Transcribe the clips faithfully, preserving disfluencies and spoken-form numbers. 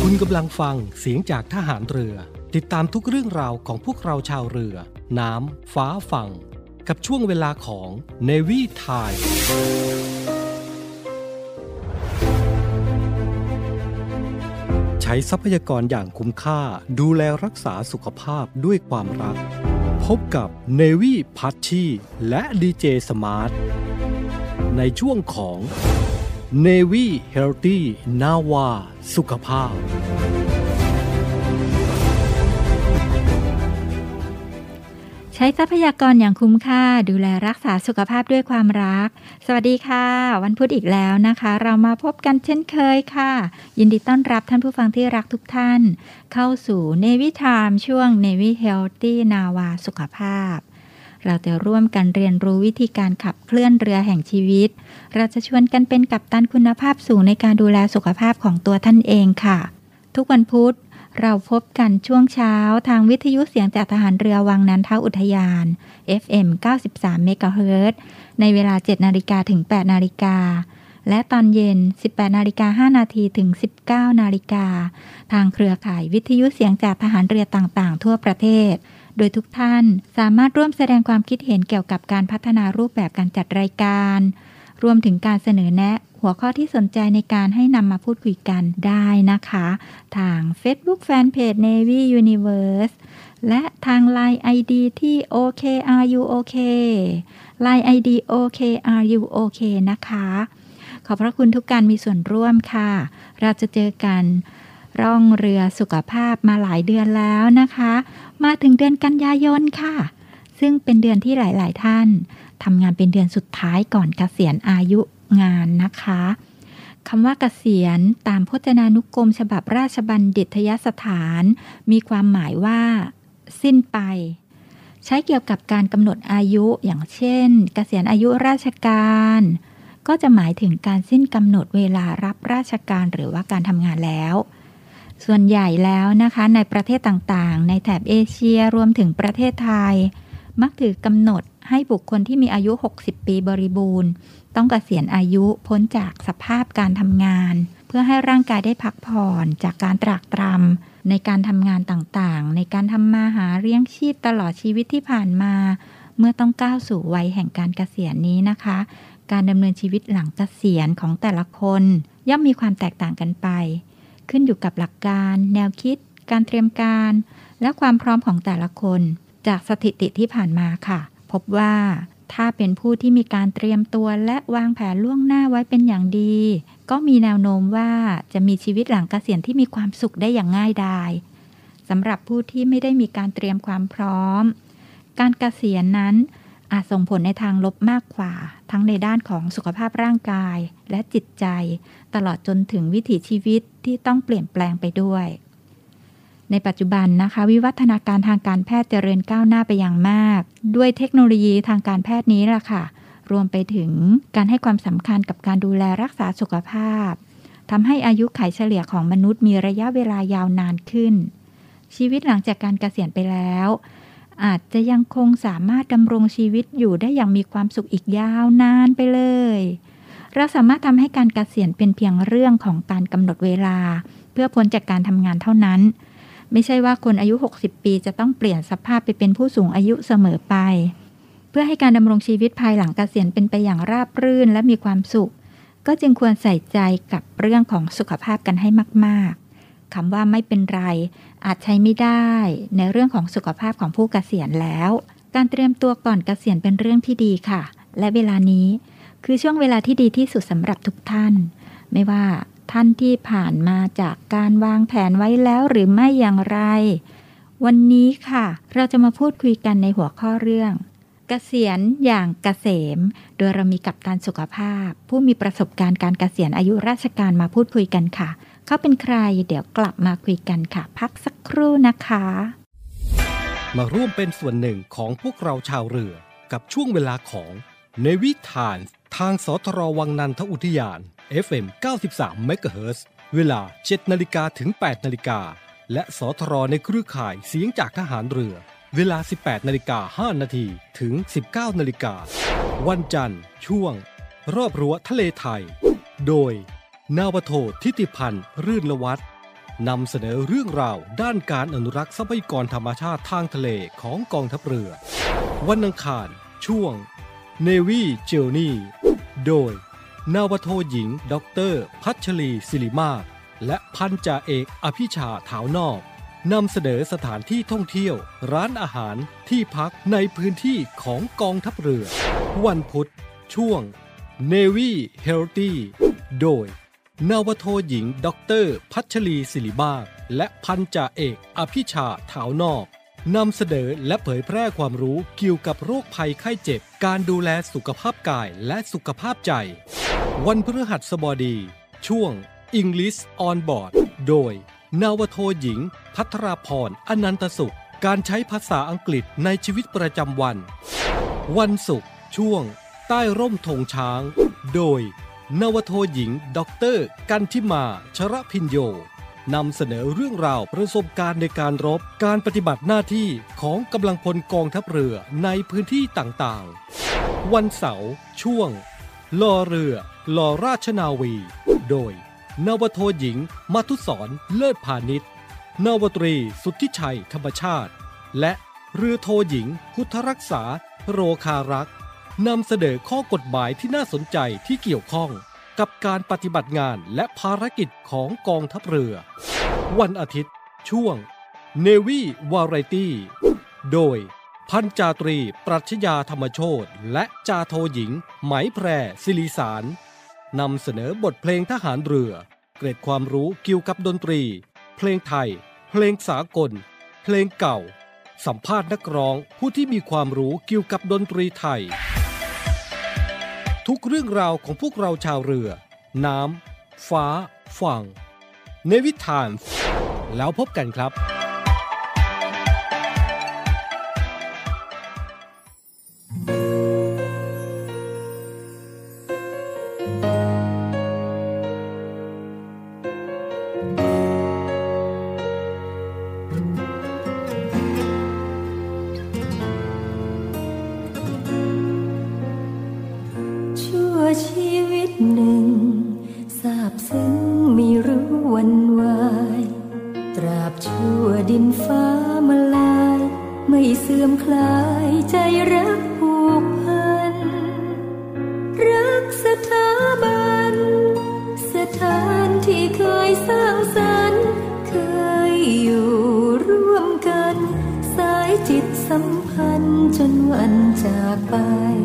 คุณกำลังฟังเสียงจากทหารเรือติดตามทุกเรื่องราวของพวกเราชาวเรือน้ำฟ้าฝั่งกับช่วงเวลาของ Navy Time ใช้ทรัพยากรอย่างคุ้มค่าดูแลรักษาสุขภาพด้วยความรักพบกับ Navy พัชชีและ ดี เจ Smart ในช่วงของ Navy Healthy นาวาสุขภาพใช้ทรัพยากรอย่างคุ้มค่าดูแลรักษาสุขภาพด้วยความรักสวัสดีค่ะวันพุธอีกแล้วนะคะเรามาพบกันเช่นเคยค่ะยินดีต้อนรับท่านผู้ฟังที่รักทุกท่านเข้าสู่ Navy Time ช่วง Navy Healthy นาวาสุขภาพเราจะร่วมกันเรียนรู้วิธีการขับเคลื่อนเรือแห่งชีวิตเราจะชวนกันเป็นกัปตันคุณภาพสูงในการดูแลสุขภาพของตัวท่านเองค่ะทุกวันพุธเราพบกันช่วงเช้าทางวิทยุเสียงจากทหารเรือวังนันทอุทยาน เอฟ เอ็ม เก้าสิบสาม เมกะเฮิรตซ์ในเวลา เจ็ดนาฬิกา ถึง แปดนาฬิกาและตอนเย็น สิบแปดนาฬิกาห้านาที ถึง สิบเก้านาฬิกาทางเครือข่ายวิทยุเสียงจากทหารเรือต่างๆทั่วประเทศโดยทุกท่านสามารถร่วมแสดงความคิดเห็นเกี่ยวกับการพัฒนารูปแบบการจัดรายการรวมถึงการเสนอแนะหัวข้อที่สนใจในการให้นำมาพูดคุยกันได้นะคะทาง Facebook Fanpage Navy Universe และทาง ไลน์ ไอ ดี ที่ โอ เค อาร์ ยู โอ เค ไลน์ ไอ ดี โอ เค อาร์ ยู โอ เค นะคะขอบพระคุณทุกการมีส่วนร่วมค่ะเราจะเจอกันร่องเรือสุขภาพมาหลายเดือนแล้วนะคะมาถึงเดือนกันยายนค่ะซึ่งเป็นเดือนที่หลายๆท่านทำงานเป็นเดือนสุดท้ายก่อนเกษียณอายุงานนะคะคำว่าเกษียณตามพจนานุกรมฉบับราชบัณฑิตยสถานมีความหมายว่าสิ้นไปใช้เกี่ยวกับการกำหนดอายุอย่างเช่นเกษียณอายุราชการก็จะหมายถึงการสิ้นกำหนดเวลารับราชการหรือว่าการทำงานแล้วส่วนใหญ่แล้วนะคะในประเทศต่างๆในแถบเอเชียรวมถึงประเทศไทยมักถือกำหนดให้บุคคลที่มีอายุหกสิบปีบริบูรณ์ต้องเกษียณอายุพ้นจากสภาพการทำงานเพื่อให้ร่างกายได้พักผ่อนจากการตรากตรำในการทำงานต่างๆในการทำมาหาเลี้ยงชีพตลอดชีวิตที่ผ่านมาเมื่อต้องก้าวสู่วัยแห่งการเกษียณนี้นะคะการดำเนินชีวิตหลังเกษียณของแต่ละคนย่อมมีความแตกต่างกันไปขึ้นอยู่กับหลักการแนวคิดการเตรียมการและความพร้อมของแต่ละคนจากสถิติที่ผ่านมาค่ะพบว่าถ้าเป็นผู้ที่มีการเตรียมตัวและวางแผนล่วงหน้าไว้เป็นอย่างดีก็มีแนวโน้มว่าจะมีชีวิตหลังเกษียณที่มีความสุขได้อย่างง่ายดายสำหรับผู้ที่ไม่ได้มีการเตรียมความพร้อมการเกษียณนั้นอาจส่งผลในทางลบมากกว่าทั้งในด้านของสุขภาพร่างกายและจิตใจตลอดจนถึงวิถีชีวิตที่ต้องเปลี่ยนแปลงไปด้วยในปัจจุบันนะคะวิวัฒนาการทางการแพทย์เจริญก้าวหน้าไปอย่างมากด้วยเทคโนโลยีทางการแพทย์นี้ล่ะค่ะรวมไปถึงการให้ความสำคัญกับการดูแลรักษาสุขภาพทำให้อายุขัยเฉลี่ยของมนุษย์มีระยะเวลายาวนานขึ้นชีวิตหลังจากการเกษียณไปแล้วอาจจะยังคงสามารถดำรงชีวิตอยู่ได้อย่างมีความสุขอีกยาวนานไปเลยเราสามารถทำให้การเกษียณเป็นเพียงเรื่องของการกำหนดเวลาเพื่อพ้นจากการทำงานเท่านั้นไม่ใช่ว่าคนอายุหกสิบปีจะต้องเปลี่ยนสภาพไปเป็นผู้สูงอายุเสมอไปเพื่อให้การดำรงชีวิตภายหลังเกษียณเป็นไปอย่างราบรื่นและมีความสุขก็จึงควรใส่ใจกับเรื่องของสุขภาพกันให้มากๆคำว่าไม่เป็นไรอาจใช้ไม่ได้ในเรื่องของสุขภาพของผู้เกษียณแล้วการเตรียมตัวก่อนเกษียณเป็นเรื่องที่ดีค่ะและเวลานี้คือช่วงเวลาที่ดีที่สุดสำหรับทุกท่านไม่ว่าท่านที่ผ่านมาจากการวางแผนไว้แล้วหรือไม่อย่างไรวันนี้ค่ะเราจะมาพูดคุยกันในหัวข้อเรื่องเกษียณอย่างเกษมโดยเรามีกัปตันสุขภาพผู้มีประสบการณ์การเกษียณอายุราชการมาพูดคุยกันค่ะเขาเป็นใครเดี๋ยวกลับมาคุยกันค่ะพักสักครู่นะคะมาร่วมเป็นส่วนหนึ่งของพวกเราชาวเรือกับช่วงเวลาของ Navy Time ทางสทรวังนันทอุทยาน เอฟ เอ็ม เก้าสิบสาม เมกะเฮิรตซ์ เวลา เจ็ดนาฬิกา ถึง แปดนาฬิกาและสทรในเครือข่ายเสียงจากทหารเรือเวลา สิบแปดนาฬิกาห้านาที ถึง สิบเก้านาฬิกาวันจันทร์ช่วงรอบรั้วทะเลไทยโดยนาวโททิติพันธ์รื่นละวัฒน์นำเสนอเรื่องราวด้านการอนุรักษ์ทรัพยากรธรรมชาติทางทะเลของกองทัพเรือวันอังคารช่วง Navy Journey โดยนาวโทหญิงดร.พัชรีศิริมาศและพันจ่าเอกอภิชาถาวนอกนำเสนอสถานที่ท่องเที่ยวร้านอาหารที่พักในพื้นที่ของกองทัพเรือวันพุธช่วง Navy Healthy โดยนาวโทหญิงดร.พัชรีศิริมาศและพันจ่าเอกอภิชาถาวนอกนำเสนอและเผยแพร่ความรู้เกี่ยวกับโรคภัยไข้เจ็บการดูแลสุขภาพกายและสุขภาพใจวันพฤหัสบดีช่วง English on Board โดยนาวโทหญิงภัทราพรอนันตสุขการใช้ภาษาอังกฤษในชีวิตประจำวันวันศุกร์ช่วงใต้ร่มธงช้างโดยนาวโทหญิงดร.กันทิมาชรพิญโยนำเสนอเรื่องราวประสบการณ์ในการรบการปฏิบัติหน้าที่ของกำลังพลกองทัพเรือในพื้นที่ต่างๆวันเสาร์ช่วงลอเรือลอราชนาวีโดยนาวโทหญิงมัทุศรเลิศพาณิชย์นาวตรีสุทธิชัยธรรมชาติและเรือโทหญิงพุทธรักษาโรคารักษ์นำเสนอข้อกฎหมายที่น่าสนใจที่เกี่ยวข้องกับการปฏิบัติงานและภารกิจของกองทัพเรือวันอาทิตย์ช่วง Navy Variety โดยพันจ่าตรีปรัชญาธรรมโชติและจ่าโทหญิงไหมแพรศิริสารนำเสนอบทเพลงทหารเรือเกร็ดความรู้เกี่ยวกับดนตรีเพลงไทยเพลงสากลเพลงเก่าสัมภาษณ์นักร้องผู้ที่มีความรู้เกี่ยวกับดนตรีไทยทุกเรื่องราวของพวกเราชาวเรือน้ำฟ้าฝั่งNavy Times แล้วพบกันครับชีวิตหนึ่งซาบซึ้งไม่รู้วันวายตราบชั่วดินฟ้ามาลายไม่เสื่อมคลายใจรักผูกพันรักสถาบันสถานที่เคยสร้างสรรค์เคยอยู่ร่วมกันสายจิตสัมพันธ์จนวันจากไป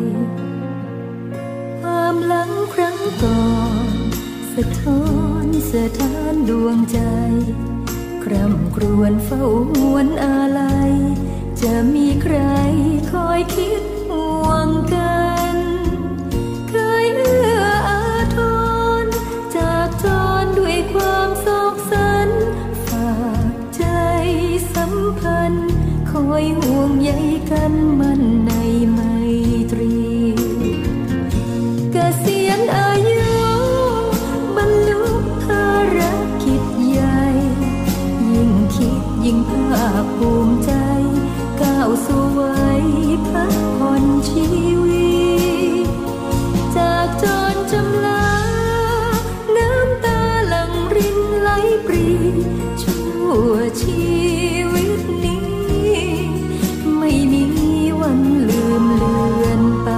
ความหลังครั้งก่อนสะท้อนสะท้านดวงใจคร่ำครวญเฝ้าหวนอาลัยจะมีใครคอยคิดห่วงกันเคยเอื้ออาทรจากจรด้วยความโศกสันฝากใจสัมพันธ์คอยห่วงใยกันมันในไมตรีเกษียณอายุบรรลุภารกิจใหญ่ยิ่งคิดยิ่งภาคภูมิใจก้าวสู่วัยพักผ่อนชีวิตจากจรจำลาน้ำตาหลั่งรินไหลปรีชั่วชีวิตนี้ไม่มีวันลืมเลือนไป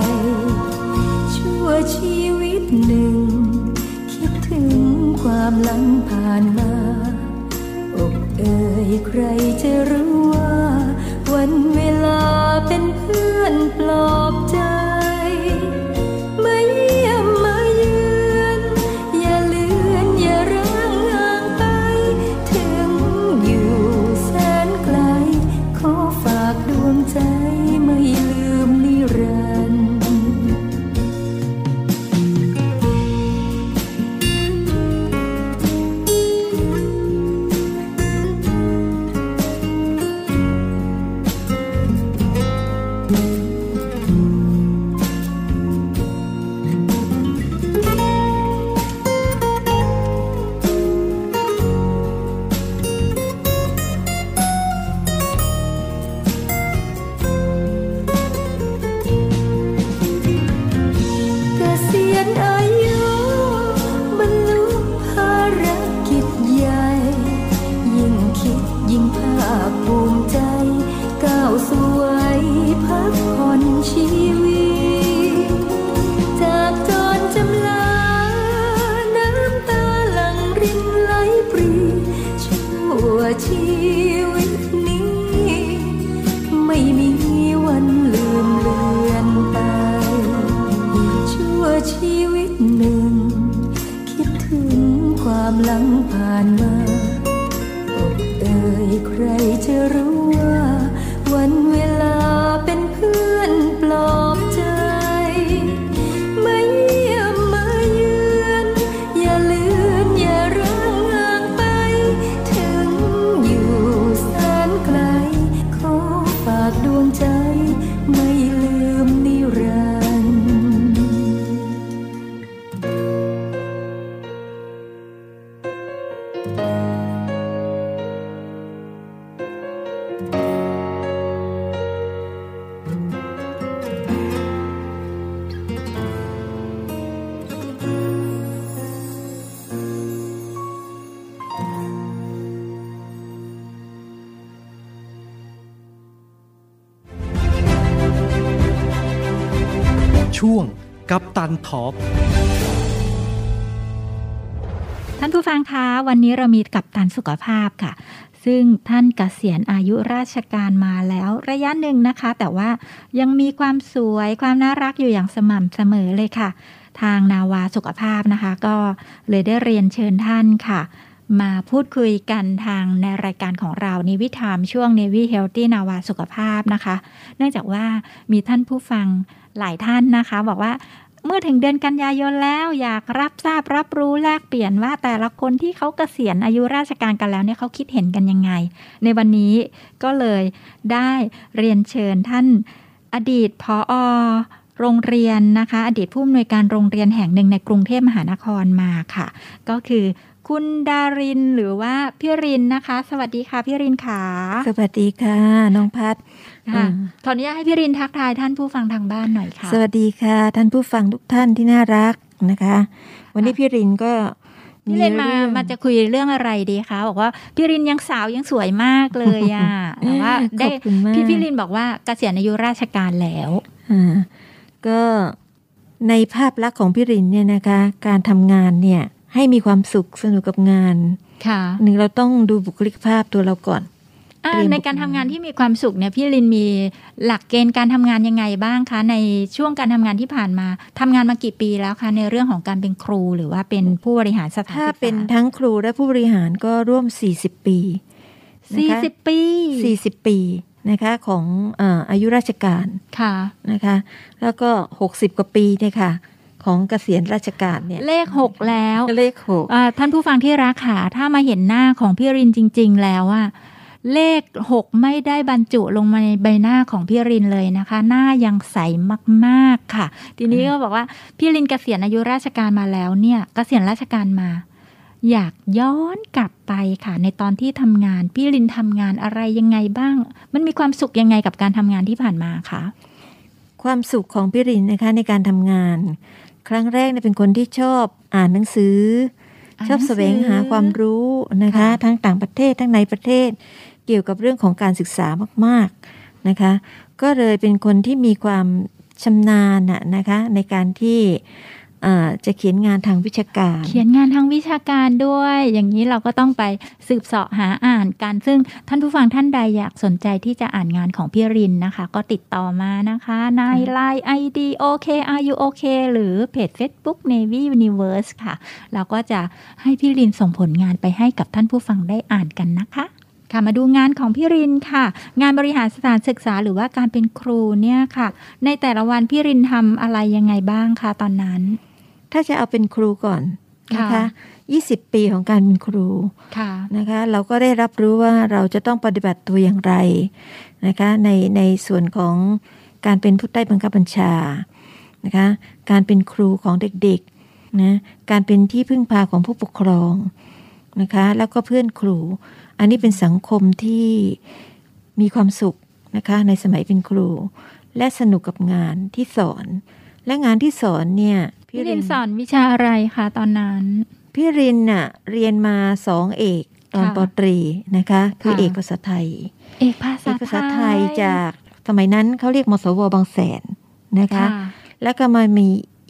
ชั่วชีวิตหนึ่งคิดถึงความหลังผ่านมาอกเอ่ยใครจะรู้ว่าวันเวลาเป็นเพื่อนปลอบใจมาเยี่ยมมาเยือนอย่าเลือนอย่าร้างห่างไปถึงอยู่แสนไกลขอฝากดวงใจไม่ลืมนิรันดร์รินไหลปรีชั่วชีวิตนี้ไม่มีวันลืมเลือนไปชั่วชีวิตหนึ่งคิดถึงความหลังผ่านมาอกเอ่ยใครจะรู้ว่าวันเวลาเป็นเพื่อนปลอบใจมาเยี่ยมมาเยือนอย่าเลือนอย่าร้างห่างไปถึงอยู่แสนไกลขอฝากดวงใจไม่ลืมนิรันดร์ช่วงกัปตันท็อปท่านผู้ฟังคะวันนี้เรามีกัปตันสุขภาพค่ะซึ่งท่านเกษียณอายุราชการมาแล้วระยะหนึ่งนะคะแต่ว่ายังมีความสวยความน่ารักอยู่อย่างสม่ำเสมอเลยค่ะทางนาวาสุขภาพนะคะก็เลยได้เรียนเชิญท่านค่ะมาพูดคุยกันทางในรายการของเรานิวิธามช่วง Navy Healthy นาวาสุขภาพนะคะเนื่องจากว่ามีท่านผู้ฟังหลายท่านนะคะบอกว่าเมื่อถึงเดือนกันยายนแล้วอยากรับทราบรับรู้แลกเปลี่ยนว่าแต่ละคนที่เขาเกษียณอายุราชการกันแล้วเนี่ยเขาคิดเห็นกันยังไงในวันนี้ก็เลยได้เรียนเชิญท่านอดีตผอ.โรงเรียนนะคะอดีตผู้อำนวยการโรงเรียนแห่งหนึ่งในกรุงเทพมหานครมาค่ะก็คือคุณดารินหรือว่าพี่รินนะคะสวัสดีค่ะพี่รินค่ะสวัสดีค่ะน้องพัดค่ะขออนุญาตให้พี่รินทักทายท่านผู้ฟังทางบ้านหน่อยค่ะสวัสดีค่ะท่านผู้ฟังทุกท่านที่น่ารักนะคะวันนี้พี่รินก็พี่รินมามาจะคุยเรื่องอะไรดีคะบอกว่าพี่รินยังสาวยังสวยมากเลยอ่ะแต่ว่าได้พี่พี่รินบอกว่าเกษียณอายุราชการแล้วอ่าก็ในภาพลักษณ์ของพี่รินเนี่ยนะคะการทำงานเนี่ยให้มีความสุขสนุกกับงานค่ะหนึ่งเราต้องดูบุคลิกภาพตัวเราก่อนในการทำงานที่มีความสุขเนี่ยพี่รินมีหลักเกณฑ์การทำงานยังไงบ้างคะในช่วงการทำงานที่ผ่านมาทำงานมากี่ปีแล้วคะในเรื่องของการเป็นครูหรือว่าเป็นผู้บริหารสถานศึกษาถ้าเป็นทั้งครูและผู้บริหารก็ร่วมสี่สิบปีสี่สิบปีสี่สิบปีนะคะของอ่าอายุราชการค่ะนะคะแล้วก็หกสิบกว่าปีเนี่ยค่ะของเกษียณราชการเนี่ยเลขหกแล้วเลขหกท่านผู้ฟังที่รักค่ะถ้ามาเห็นหน้าของพี่รินจริงๆแล้วอะเลขหกไม่ได้บรรจุลงมาในใบหน้าของพี่รินเลยนะคะหน้ายังใสมากๆค่ะทีนี้ก็บอกว่าพี่รินเกษียณอายุราชการมาแล้วเนี่ยเกษียณราชการมาอยากย้อนกลับไปค่ะในตอนที่ทำงานพี่รินทำงานอะไรยังไงบ้างมันมีความสุขยังไงกับการทำงานที่ผ่านมาคะความสุขของพี่รินนะคะในการทำงานครั้งแรกเนี่ยเป็นคนที่ชอบอ่านหนังสือชอบแสวงหาความรู้นะคะทั้งต่างประเทศทั้งในประเทศเกี่ยวกับเรื่องของการศึกษามากๆนะคะก็เลยเป็นคนที่มีความชำนาญนะคะในการที่จะเขียนงานทางวิชาการเขียนงานทางวิชาการด้วยอย่างนี้เราก็ต้องไปสืบเสาะหาอ่านกันซึ่งท่านผู้ฟังท่านใดอยากสนใจที่จะอ่านงานของพี่รินนะคะก็ติดต่อมานะคะในไลน์ ไอ ดี โอ เค อาร์ ยู โอ เค หรือเพจ Facebook Navy Universe ค่ะเราก็จะให้พี่รินส่งผลงานไปให้กับท่านผู้ฟังได้อ่านกันนะคะค่ะมาดูงานของพี่รินค่ะงานบริหารสถานศึกษาหรือว่าการเป็นครูเนี่ยค่ะในแต่ละวันพี่รินทำอะไรยังไงบ้างคะตอนนั้นถ้าจะเอาเป็นครูก่อนนะคะยี่สิบปีของการเป็นครูนะคะเราก็ได้รับรู้ว่าเราจะต้องปฏิบัติตัวอย่างไรนะคะในในส่วนของการเป็นผู้ใต้บังคับบัญชานะคะการเป็นครูของเด็กๆนะการเป็นที่พึ่งพาของผู้ปกครองนะคะแล้วก็เพื่อนครูอันนี้เป็นสังคมที่มีความสุขนะคะในสมัยเป็นครูและสนุกกับงานที่สอนและงานที่สอนเนี่ยพี่รินสอนวิชาอะไรคะตอนนั้นพี่รินน่ะเรียนมาสองเอกตอนป.ตรีนะคะคือเอกภาษาไทยเอกภาษาภาษาไทยจากสมัยนั้นเขาเรียกมสว.บางแสนนะคะแล้วก็มามี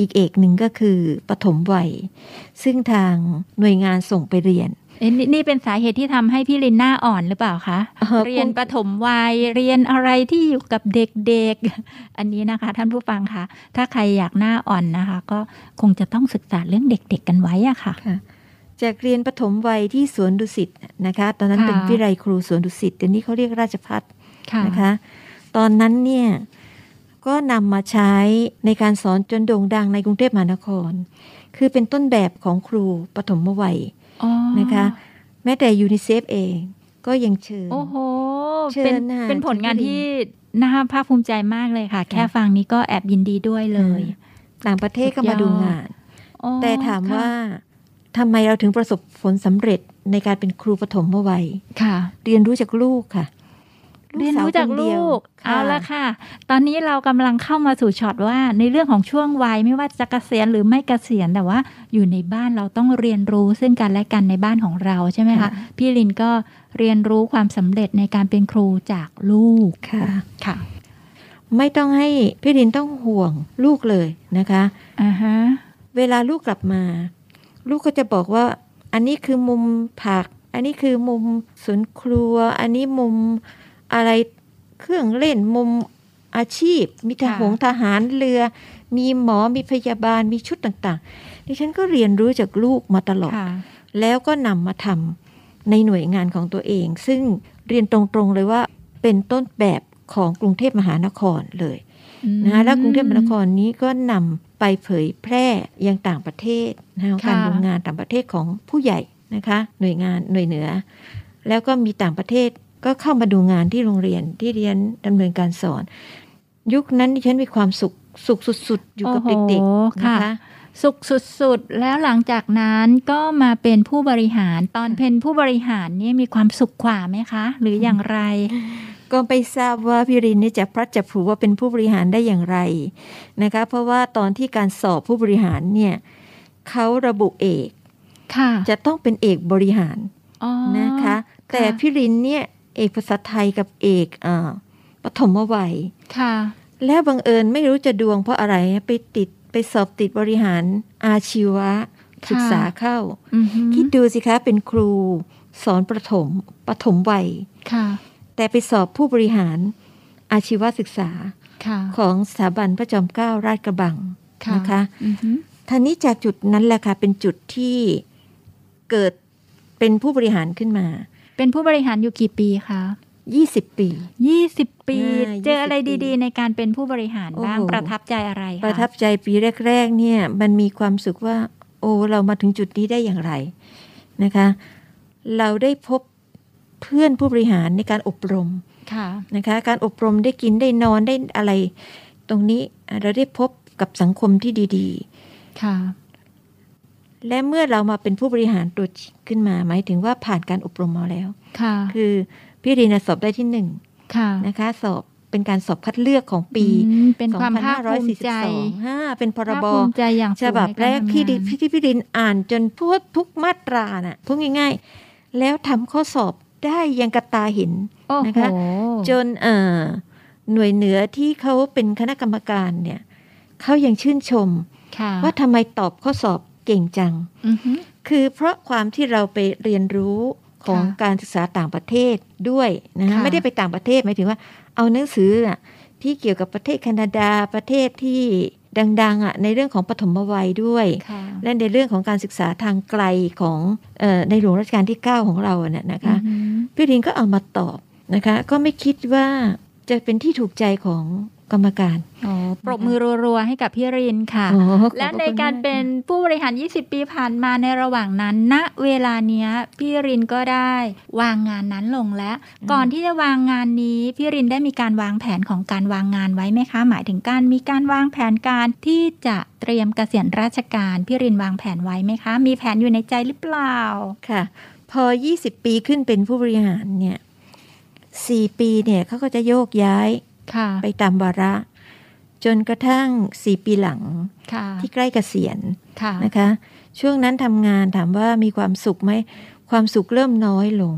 อีกเอกหนึ่งก็คือปฐมวัยซึ่งทางหน่วยงานส่งไปเรียนเอ๊ะนี่เป็นสาเหตุที่ทำให้พี่ลินหน้าอ่อนหรือเปล่าคะเรียนปฐมวัยเรียนอะไรที่อยู่กับเด็กๆอันนี้นะคะท่านผู้ฟังคะถ้าใครอยากหน้าอ่อนนะคะก็คงจะต้องศึกษาเรื่องเด็กๆกันไว้อะค่ะจากเรียนปฐมวัยที่สวนดุสิตนะคะตอนนั้นเป็นวิไลครูสวนดุสิตเดี๋ยวนี้เขาเรียกราชภัฏนะคะตอนนั้นเนี่ยก็นำมาใช้ในการสอนจนโด่งดังในกรุงเทพมหานครคือเป็นต้นแบบของครูปฐมวัยนะคะแม้แต่ยูนิเซฟเองก็ยังเชิญโอ้โหเป็นเป็นผลงานที่น่าภาคภูมิใจมากเลยค่ะแค่ฟังนี้ก็แอบยินดีด้วยเลยต่างประเทศก็มาดูงานแต่ถามว่าทำไมเราถึงประสบผลสำเร็จในการเป็นครูปฐมวัยเรียนรู้จากลูกค่ะเรียนรู้จากลูกเอาละค่ะตอนนี้เรากำลังเข้ามาสู่ช็อตว่าในเรื่องของช่วงวัยไม่ว่าจะเกษียณหรือไม่เกษียณแต่ว่าอยู่ในบ้านเราต้องเรียนรู้ซึ่งกันและกันในบ้านของเราใช่ไหมคะพี่ลินก็เรียนรู้ความสำเร็จในการเป็นครูจากลูกค่ะค่ะไม่ต้องให้พี่ลินต้องห่วงลูกเลยนะคะอ่าฮะเวลาลูกกลับมาลูกก็จะบอกว่าอันนี้คือมุมผักอันนี้คือมุมสวนครัวอันนี้มุมอะไรเครื่องเล่นมุมอาชีพมีทหารทหารเรือมีหมอมีพยาบาลมีชุดต่างๆดิฉันก็เรียนรู้จากลูกมาตลอดแล้วก็นำมาทำในหน่วยงานของตัวเองซึ่งเรียนตรงๆเลยว่าเป็นต้นแบบของกรุงเทพมหานครเลยนะแล้วกรุงเทพมหานครนี้ก็นำไปเผยแพร่ยังต่างประเทศนะการดูงานต่างประเทศของผู้ใหญ่นะคะหน่วยงานหน่วยเหนือแล้วก็มีต่างประเทศก็เข้ามาดูงานที่โรงเรียนที่เรียนดำเนินการสอนยุคนั้นดิฉันมีความสุขสุขสุดๆอยู่กับเด็กๆนะคะสุขสุดๆแล้วหลังจากนั้นก็มาเป็นผู้บริหารตอนเป็นผู้บริหารนี่มีความสุขกว่าไหมคะหรืออย่างไรก็ไปทราบว่าพี่รินนี่จะพลัดจะผลูว่าเป็นผู้บริหารได้อย่างไรนะคะเพราะว่าตอนที่การสอบผู้บริหารเนี่ยเขาระบุเอกจะต้องเป็นเอกบริหารนะคะแต่พี่รินเนี่ยเอกภาษาไทยกับเอกอ่าปฐมวัยค่ะแล้วบังเอิญไม่รู้จะดวงเพราะอะไรไปติดไปสอบติดบริหารอาชีวะศึกษาเข้าคิดดูสิคะเป็นครูสอนประถมปฐมวัยแต่ไปสอบผู้บริหารอาชีวศึกษาของสถาบันพระจอมเกล้าราชกระบังนะคะท่านี้จากจุดนั้นแหละค่ะเป็นจุดที่เกิดเป็นผู้บริหารขึ้นมาเป็นผู้บริหารอยู่กี่ปีคะยี่สิบปียี่สิบปีเจออะไรดีๆในการเป็นผู้บริหารบ้างประทับใจอะไรคะประทับใจปีแรกๆเนี่ยมันมีความสุขว่าโอ้เรามาถึงจุดนี้ได้อย่างไรนะคะเราได้พบเพื่อนผู้บริหารในการอบรมนะคะการอบรมได้กินได้นอนได้อะไรตรงนี้เราได้พบกับสังคมที่ดีๆค่ะและเมื่อเรามาเป็นผู้บริหารตัวขึ้นมาหมายถึงว่าผ่านการอบรมมาแล้วคือพี่รีนาสอบได้ที่หนึ่งนะคะสอบเป็นการสอบคัดเลือกของปีสองพันห้าร้อยสี่สิบสองเป็นพรบฉบับแรกที่ที่พี่รินอ่านจนพูดทุกมาตราน่ะพูดง่ายๆแล้วทำข้อสอบได้ยังกระตาเห็นนะคะจนเอ่อหน่วยเหนือที่เขาเป็นคณะกรรมการเนี่ยเขายังชื่นชมว่าทำไมตอบข้อสอบเก่งจังคือเพราะความที่เราไปเรียนรู้ของการศึกษาต่างประเทศด้วยนะไม่ได้ไปต่างประเทศหมายถึงว่าเอาหนังสือที่เกี่ยวกับประเทศแคนาดาประเทศที่ดังๆอ่ะในเรื่องของปฐมวัยด้วยและในเรื่องของการศึกษาทางไกลของเอ่อในหลวงรัชกาลที่เก้าของเราเนี่ยนะคะพี่รินก็เอามาตอบนะคะก็ไม่คิดว่าจะเป็นที่ถูกใจของกรรมการปรบมือรัวๆให้กับพี่รินค่ะและในการเป็นผู้บริหารยี่สิบปีผ่านมาในระหว่างนั้นณเวลาเนี้ยพี่รินก็ได้วางงานนั้นลงแล้วก่อนที่จะวางงานนี้พี่รินได้มีการวางแผนของการวางงานไว้ไหมคะหมายถึงการมีการวางแผนการที่จะเตรียมเกษียณราชการพี่รินวางแผนไว้ไหมคะมีแผนอยู่ในใจหรือเปล่าค่ะพอยี่สิบปีขึ้นเป็นผู้บริหารเนี่ยสี่ปีเนี่ยเขาก็จะโยกย้ายไปตามวาระจนกระทั่งสี่ปีหลังที่ใกล้เกษียณนะคะช่วงนั้นทำงานถามว่ามีความสุขไหมความสุขเริ่มน้อยลง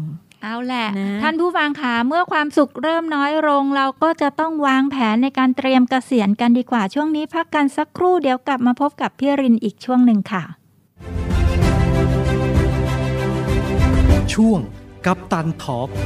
เอาแหละนะท่านผู้ฟังคะเมื่อความสุขเริ่มน้อยลงเราก็จะต้องวางแผนในการเตรียมเกษียณกันดีกว่าช่วงนี้พักกันสักครู่เดี๋ยวกลับมาพบกับพี่รินอีกช่วงหนึ่งค่ะช่วงกัปตันทอล์ค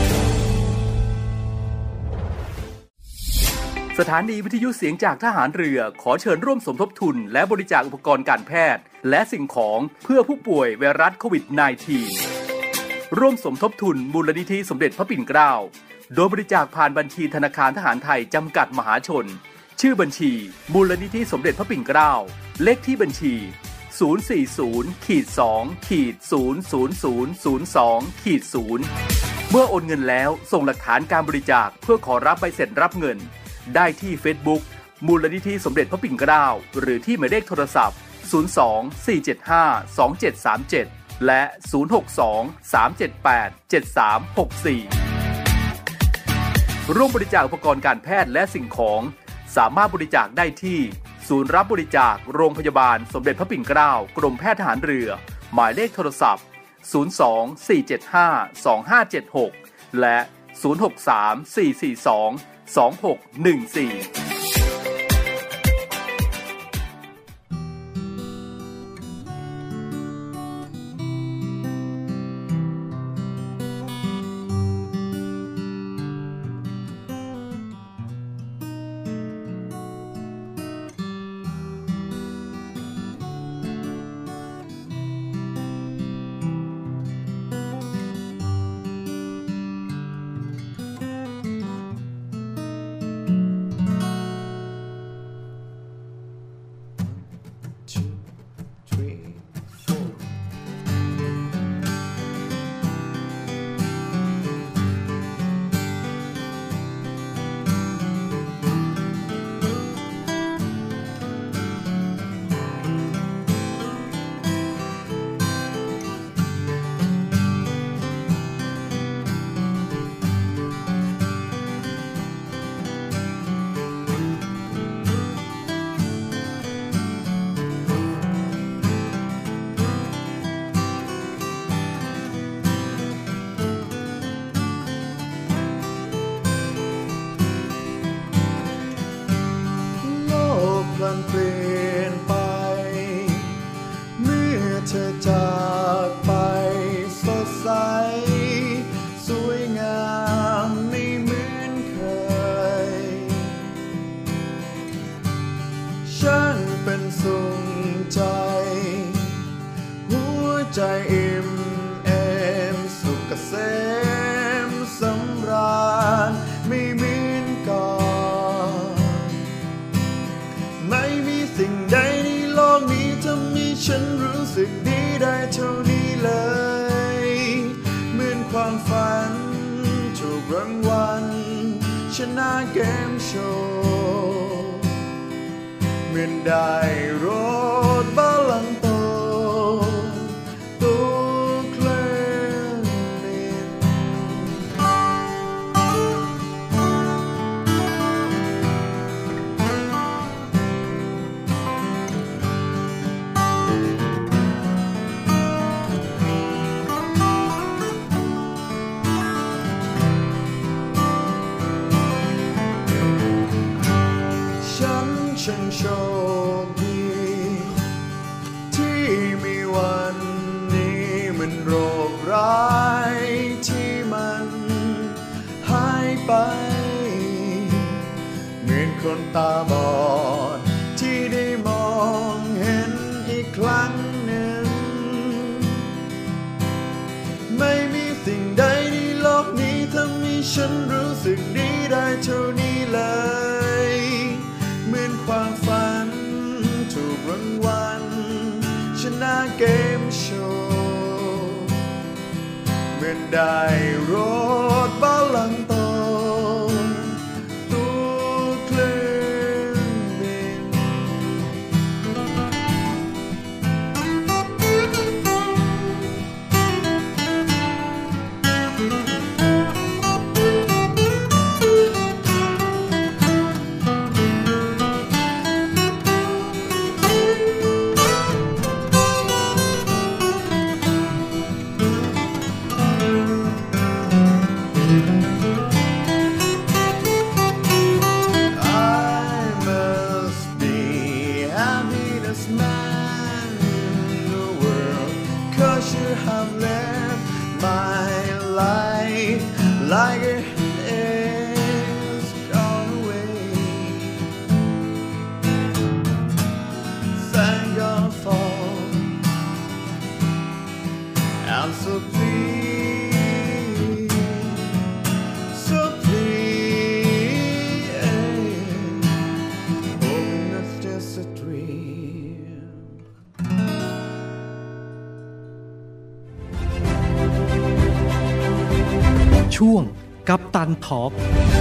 สถานีวิทยุเสียงจากทหารเรือขอเชิญร่วมสมทบทุนและบริจาคอุปกรณ์การแพทย์และสิ่งของเพื่อผู้ป่วยไวรัสโควิด สิบเก้า ร่วมสมทบทุนมูลนิธิสมเด็จพระปิ่นเกล้าโดยบริจาคผ่านบัญชีธนาคารทหารไทยจำกัดมหาชนชื่อบัญชีมูลนิธิสมเด็จพระปิ่นเกล้าเลขที่บัญชี ศูนย์ สี่ ศูนย์ สอง ศูนย์ ศูนย์ ศูนย์ ศูนย์ สอง ศูนย์ เมื่อโอนเงินแล้วส่งหลักฐานการบริจาคเพื่อขอรับใบเสร็จรับเงินได้ที่ Facebook มูลนิธิสมเด็จพระปิ่นเกล้าหรือที่หมายเลขโทรศัพท์ ศูนย์ สอง สี่ เจ็ด ห้า สอง เจ็ด สาม เจ็ด และ ศูนย์ หก สอง สาม เจ็ด แปด เจ็ด สาม หก สี่ ร่วมบริจาคอุปกรณ์การแพทย์และสิ่งของสามารถบริจาคได้ที่ศูนย์รับบริจาคโรงพยาบาลสมเด็จพระปิ่นเกล้ากรมแพทย์ทหารเรือหมายเลขโทรศัพท์ ศูนย์ สอง สี่ เจ็ด ห้า สอง ห้า เจ็ด หก และ ศูนย์ หก สาม สี่ สี่ สอง สอง หก หนึ่ง สี่ชนะเกมโชว์เหมือนได้รถบาลังก์โตตัวเคลนินฉันโชคดีที่มีวันนี้มันโรคร้ายที่มันหายไปเหมือนคนตาบอดที่ได้มองเห็นอีกครั้งหนึ่งไม่มีสิ่งใดในโลกนี้ทำให้ฉันรู้สึกดีได้เท่านี้เลยเหมือนความฝันถูกรางวัลชนะเกมโชว์เหมือนได้รถบาลังก์โตตัวเครื่องบิน like it is gone away. Thank God for I'm so pleased, so pleased, hoping that's just a dream. ช่วงกัปตันทอล์ก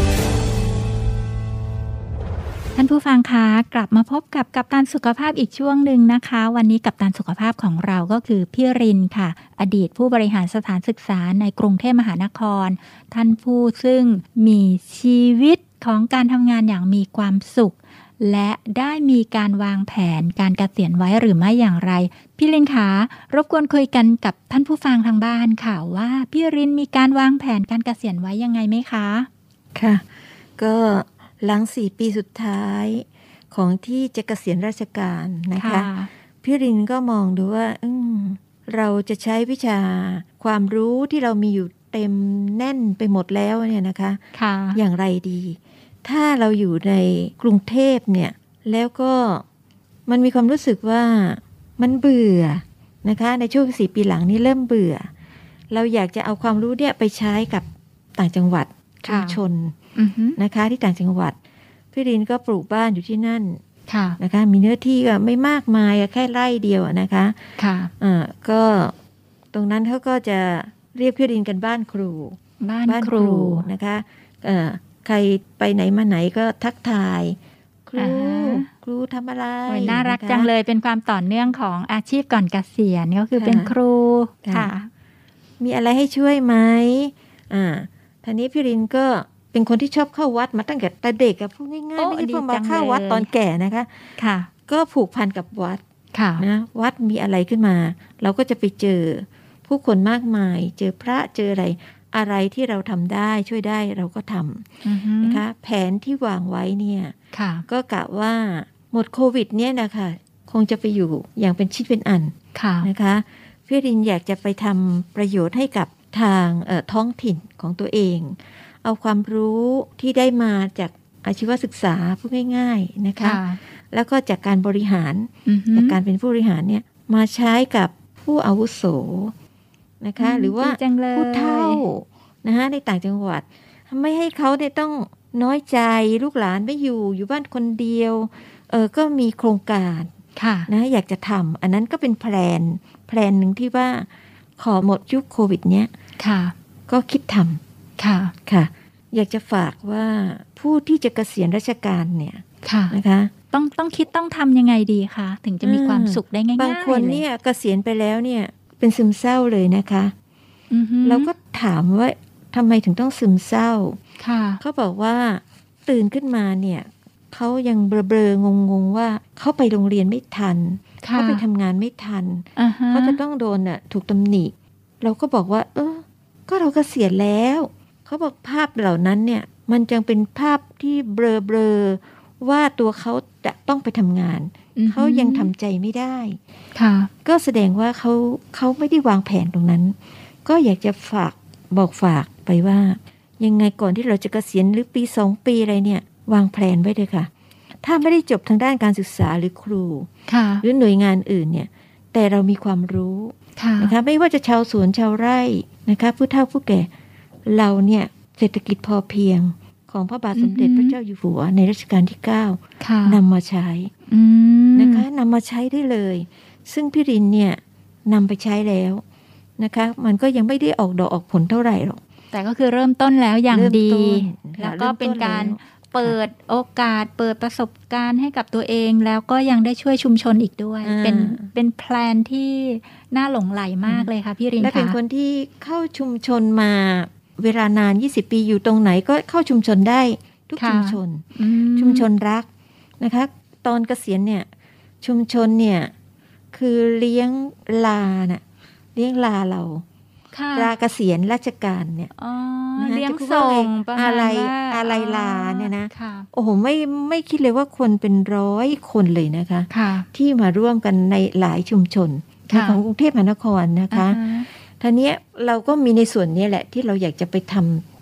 ท่านผู้ฟังคะกลับมาพบกับกัปตันสุขภาพอีกช่วงหนึ่งนะคะ วันนี้กัปตันสุขภาพของเราก็คือพี่รินค่ะอดีตผู้บริหารสถานศึกษาในกรุงเทพมหานครท่านผู้ซึ่งมีชีวิตของการทำงานอย่างมีความสุขและได้มีการวางแผนการเกษียณไว้หรือไม่อย่างไรพี่รินคะรบกวนคุยกันกับท่านผู้ฟังทางบ้านค่ะว่าพี่รินมีการวางแผนการเกษียณไว้ยังไงไหมคะค่ะก็หลังสี่ปีสุดท้ายของที่จะเกษียณราชการนะคะพี่รินก็มองดูว่าเราจะใช้วิชาความรู้ที่เรามีอยู่เต็มแน่นไปหมดแล้วเนี่ยนะคะอย่างไรดีถ้าเราอยู่ในกรุงเทพเนี่ยแล้วก็มันมีความรู้สึกว่ามันเบื่อนะคะในช่วงสี่ปีหลังนี้เริ่มเบื่อเราอยากจะเอาความรู้เนี่ยไปใช้กับต่างจังหวัดชุมชนนะคะที่ต่างจังหวัดพี่รินก็ปลูกบ้านอยู่ที่นั่นนะคะมีเนื้อที่ก็ไม่มากมายแค่ไร่เดียวนะคะค่ะอ่าก็ตรงนั้นเขาก็จะเรียกพี่รินกันบ้านครูบ้านครูนะคะเอ่อใครไปไหนมาไหนก็ทักทายครูครูทำอะไรน่ารักจังเลยเป็นความต่อเนื่องของอาชีพก่อนเกษียณก็คือเป็นครูค่ะมีอะไรให้ช่วยไหมอ่าทีนี้พี่รินก็เป็นคนที่ชอบเข้าวัดมาตั้งแต่แต่เด็กอะพูดง่ายๆไม่ใช่เพิ่งมาเข้าวัดตอนแก่นะคะค่ะก็ผูกพันกับวัดนะวัดมีอะไรขึ้นมาเราก็จะไปเจอผู้คนมากมายเจอพระเจออะไรอะไรที่เราทำได้ช่วยได้เราก็ทำนะคะแผนที่วางไว้เนี่ยก็กะว่าหมดโควิดเนี่ยนะคะคงจะไปอยู่อย่างเป็นชิ้นเป็นอันนะคะพี่รินอยากจะไปทำประโยชน์ให้กับทางท้องถิ่นของตัวเองเอาความรู้ที่ได้มาจากอาชีวศึกษาพูดง่ายๆนะคะแล้วก็จากการบริหารจากการเป็นผู้บริหารเนี่ยมาใช้กับผู้อาวุโสนะคะหรือว่าผู้เฒ่านะคะในต่างจังหวัดไม่ให้เขาได้ต้องน้อยใจลูกหลานไม่อยู่อยู่บ้านคนเดียวเออก็มีโครงการนะอยากจะทำอันนั้นก็เป็นแพลนแพลนหนึ่งที่ว่าขอหมดยุคโควิดเนี้ยก็คิดทำค่ะค่ะอยากจะฝากว่าผู้ที่จะเกษียณราชการเนี่ยนะคะต้องต้องคิดต้องทำยังไงดีคะถึงจะมีความสุขได้ง่ายๆบางคนเนี่ยเกษียณไปแล้วเนี่ยเป็นซึมเศร้าเลยนะคะแล้วก็ถามว่าทำไมถึงต้องซึมเศร้าเขาบอกว่าตื่นขึ้นมาเนี่ยเขายังเบลอๆงงๆว่าเขาไปโรงเรียนไม่ทันเขาไปทำงานไม่ทันเขาจะต้องโดนน่ะถูกตำหนิเราก็บอกว่าเออก็เราเกษียณแล้วเขาบอกภาพเหล่านั้นเนี่ยมันจึงเป็นภาพที่เบลอๆว่าตัวเขาจะต้องไปทำงานเขายังทำใจไม่ได้ค่ะก็แสดงว่าเขาเขาไม่ได้วางแผนตรงนั้นก็อยากจะฝากบอกฝากไปว่ายังไงก่อนที่เราจะเกษียณหรือปีสองปีอะไรเนี่ยวางแผนไว้เลยค่ะถ้าไม่ได้จบทางด้านการศึกษาหรือครูหรือหน่วยงานอื่นเนี่ยแต่เรามีความรู้นะคะไม่ว่าจะชาวสวนชาวไร่นะคะผู้เฒ่าผู้แก่เราเนี่ยเศรษฐกิจพอเพียงของพระบาทสมเด็จพระเจ้าอยู่หัวในรัชกาลที่เก้านำมาใช้นะคะนำมาใช้ได้เลยซึ่งพี่รินเนี่ยนำไปใช้แล้วนะคะมันก็ยังไม่ได้ออกดอกออกผลเท่าไหร่หรอกแต่ก็คือเริ่มต้นแล้วอย่างดีแล้วก็เป็นการเปิดโอกาสเปิดประสบการณ์ให้กับตัวเองแล้วก็ยังได้ช่วยชุมชนอีกด้วยเป็นเป็นแพลนที่น่าหลงใหลมากเลยค่ะพี่รินค่ะและเป็นคนที่เข้าชุมชนมาเวลานานยี่สิบปีอยู่ตรงไหนก็เข้าชุมชนได้ทุกชุมชนชุมชนรักนะคะตอนเกษียณเนี่ยชุมชนเนี่ยคือเลี้ยงลาน่ะเลี้ยงลาเราลาเกษียณราชการเนี่ยเลี้ยงส่งอะไรอะไรลาเนี่ยนะโอ้โหไม่ไม่คิดเลยว่าคนเป็นร้อยคนเลยนะคะที่มาร่วมกันในหลายชุมชนของกรุงเทพมหานครนะคะทีนี้เราก็มีในส่วนนี้แหละที่เราอยากจะไปทำ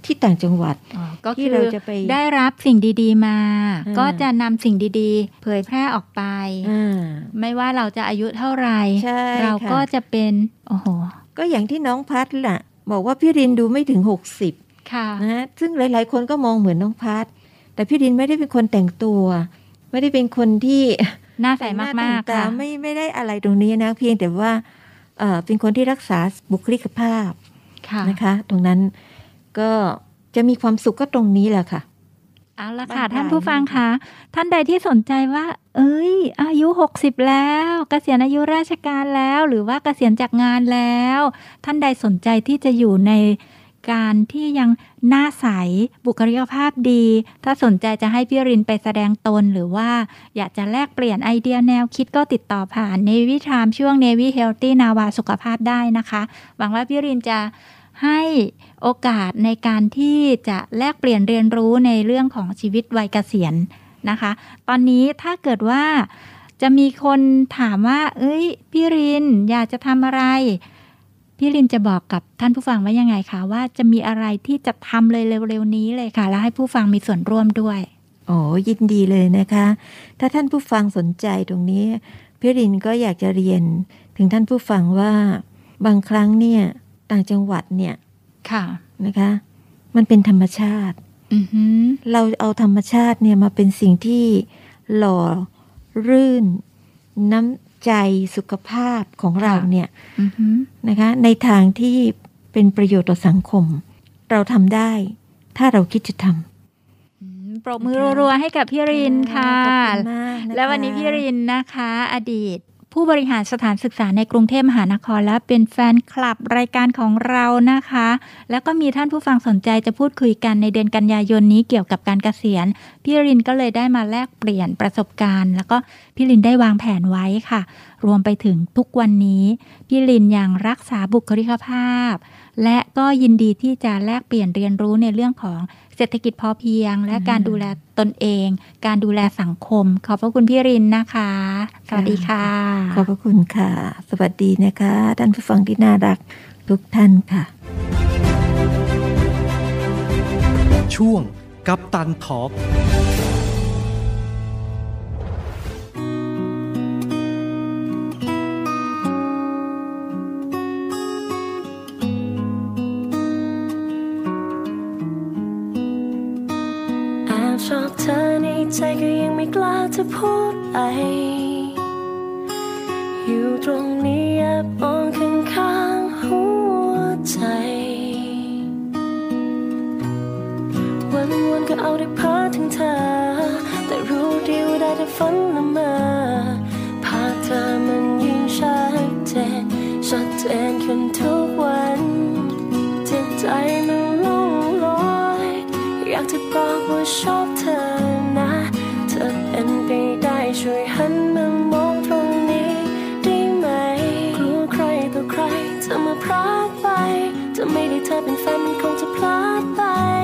ที่ต่างจังหวัดที่เราจะไปได้รับสิ่งดีๆมาก็จะนำสิ่งดีๆเผยแพร่ออกไปไม่ว่าเราจะอายุเท่าไหร่เราก็จะเป็นโอ้โหก็อย่างที่น้องพัดล่ะบอกว่าพี่รินดูไม่ถึงหกสิบนะซึ่งหลายๆคนก็มองเหมือนน้องพัดแต่พี่รินไม่ได้เป็นคนแต่งตัวไม่ได้เป็นคนที่หน้าใสมากๆค่ะไม่ไม่ได้อะไรตรงนี้นะเพียงแต่ว่าเอ่อเป็นคนที่รักษาบุคลิกภาพนะคะตรงนั้นก็จะมีความสุขก็ตรงนี้แหละค่ะเอาละค่ะท่านผู้ฟังคะท่านใดที่สนใจว่าเอ้ยอายุหกสิบแล้วเกษียณอายุราชการแล้วหรือว่าเกษียณจากงานแล้วท่านใดสนใจที่จะอยู่ในการที่ยังหน้าใสบุคลิกภาพดีถ้าสนใจจะให้พี่รินไปแสดงตนหรือว่าอยากจะแลกเปลี่ยนไอเดียแนวคิดก็ติดต่อผ่าน Navy Time ช่วง Navy Healthy นาวาสุขภาพได้นะคะหวังว่าพี่รินจะให้โอกาสในการที่จะแลกเปลี่ยนเรียนรู้ในเรื่องของชีวิตวัยเกษียณนะคะตอนนี้ถ้าเกิดว่าจะมีคนถามว่าเอ้ยพี่รินอยากจะทำอะไรพี่รินจะบอกกับท่านผู้ฟังว่ายังไงคะว่าจะมีอะไรที่จะทำเลยเร็วๆนี้เลยค่ะแล้วให้ผู้ฟังมีส่วนร่วมด้วยโอ้ยินดีเลยนะคะถ้าท่านผู้ฟังสนใจตรงนี้พี่รินก็อยากจะเรียนถึงท่านผู้ฟังว่าบางครั้งเนี่ยต่างจังหวัดเนี่ยค่ะนะคะมันเป็นธรรมชาติเราเอาธรรมชาติเนี่ยมาเป็นสิ่งที่หล่อรื่นน้ำใจสุขภาพของเราเนี่ยนะคะในทางที่เป็นประโยชน์ต่อสังคมเราทำได้ถ้าเราคิดจะทำปรบมือรัวๆให้กับพี่รินค่ะและวันนี้พี่รินนะคะอดีตผู้บริหารสถานศึกษาในกรุงเทพมหานครและเป็นแฟนคลับรายการของเรานะคะแล้วก็มีท่านผู้ฟังสนใจจะพูดคุยกันในเดือนกันยายนนี้เกี่ยวกับการเกษียณพี่รินก็เลยได้มาแลกเปลี่ยนประสบการณ์แล้วก็พี่รินได้วางแผนไว้ค่ะรวมไปถึงทุกวันนี้พี่รินยังรักษาบุคลิกภาพและก็ยินดีที่จะแลกเปลี่ยนเรียนรู้ในเรื่องของเศรษฐกิจพอเพียงและการดูแลตนเองการดูแลสังคมขอบพระคุณพี่รินนะคะสวัสดีค่ะขอบพระคุณค่ะสวัสดีนะคะท่านผู้ฟังที่น่ารักทุกท่านค่ะช่วงกัปตันทอล์คชอบเธอในใจก็ยังไม่กล้าจะพูดไปอยู่ตรงนี้แอบมองข้างๆหัวใจวันๆก็เอาแต่เพ้อถึงเธอแต่รู้ดีว่าได้แต่ฝันละเมอภาพเธอมันยิ่งชัดเจนชัดเจนขึ้นทุกวันจิตใจมันล่องลอยอยากจะบอกว่าชอบเธอนะเธอเป็นไปได้ช่วยหันมามองตรงนี้ได้ไหมกลัวใครต่อใครจะมาพรากไปจะไม่ได้เธอเป็นแฟนมันคงจะพลาดไป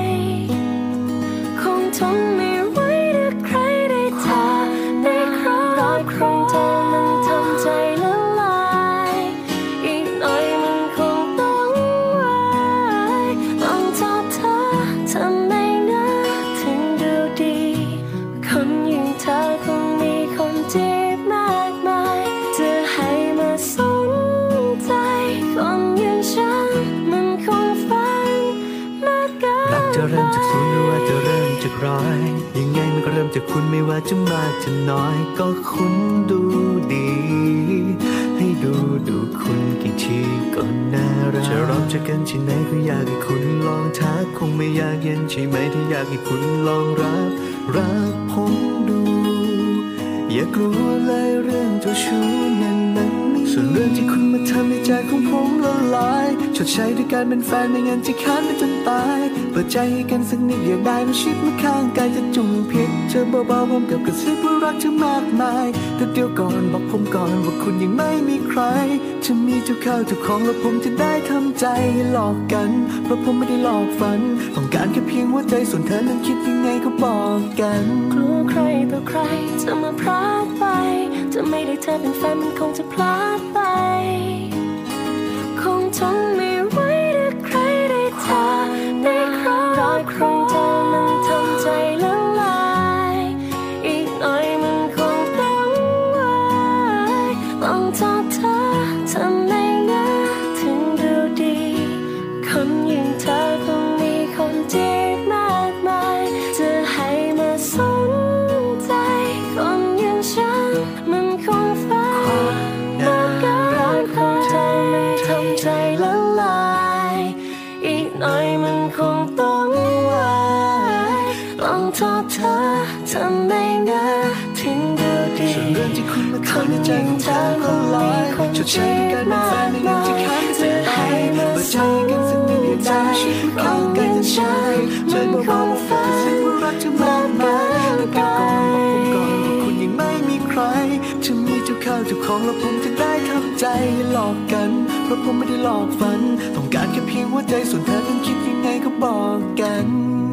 คงทนไม่ไหวถ้าใครได้เธอในครอบครองเธอมันทำใจละลายอีกหน่อยมันคงต้องไว้ต้องทอดเธอทำไมนะถึงดูดีคนอย่างเธอคงมีคนจีบมากมายจะให้มาสนใจคนอย่างฉันมันคงฝันมากเกินไปรักจะเริ่มจากศูนย์หรือว่าจะเริ่มจากร้อยยังไงมันก็เริ่มจากคุณไม่ว่าจะมากจะน้อยก็คุณดูดีให้ดูดูคุณกี่ทีก็น่ารักจะรอเจอกันที่ไหนก็อยากให้คุณลองทักคงไม่อยากเย็นใช่ไหมที่อยากให้คุณลองรับรับผมดูอย่ากลัวเลยเรื่องเจ้าชู้นั้นนั้นส่วนเรื่องที่คุณมาทำในใจของผมละลายชดใช้ด้วยการเป็นแฟนไม่งั้นจะค้านไปจนตายเปิดใจให้กันสักนิดอยากได้มาชิดมาข้างกายจะจุ่มพิษเธอเบาๆผมกับกระซิบว่ารักเธอมากมายแต่เดี๋ยวก่อนบอกผมก่อนว่าคุณยังไม่มีใครจะมีเจ้าข้าวเจ้าของแล้วผมจะได้ทำใจหลอกกันเพราะผมไม่ได้หลอกฝันต้องการแค่เพียงหัวใจส่วนเธอนั้นคิดยังไงก็บอกกันกลัวใครต่อใครจะมาพรากไปจะไม่ได้เธอเป็นแฟนมันคงจะพลาดไปคงทนไม่ไหวถ้าใครได้เธอในครอบหน่อยมันคงต้องไหวลองโทษเธอทำได้นะถึงดูดีส่วนเรื่องที่คุณมาทำในใจของเธอคนลอยชดเชยด้วยการเป็นแฟนในเรื่องที่ค้างเธอไปเปิดใจกันสักนิดใจเข้ากันจะใช่มันคงฝันสิ่งรักเธอมากมายแต่เก็บก่อนบอกผมก่อนว่าคุณยังไม่มีใครจะมีเจ้าข้าวเจ้าของแล้วผมจะได้ทำใจหลอกกันเพราะผมไม่ได้หลอกฝันต้องการแค่เพียงหัวใจส่วนเธอนั้นคิดยังไงก็บอกกัน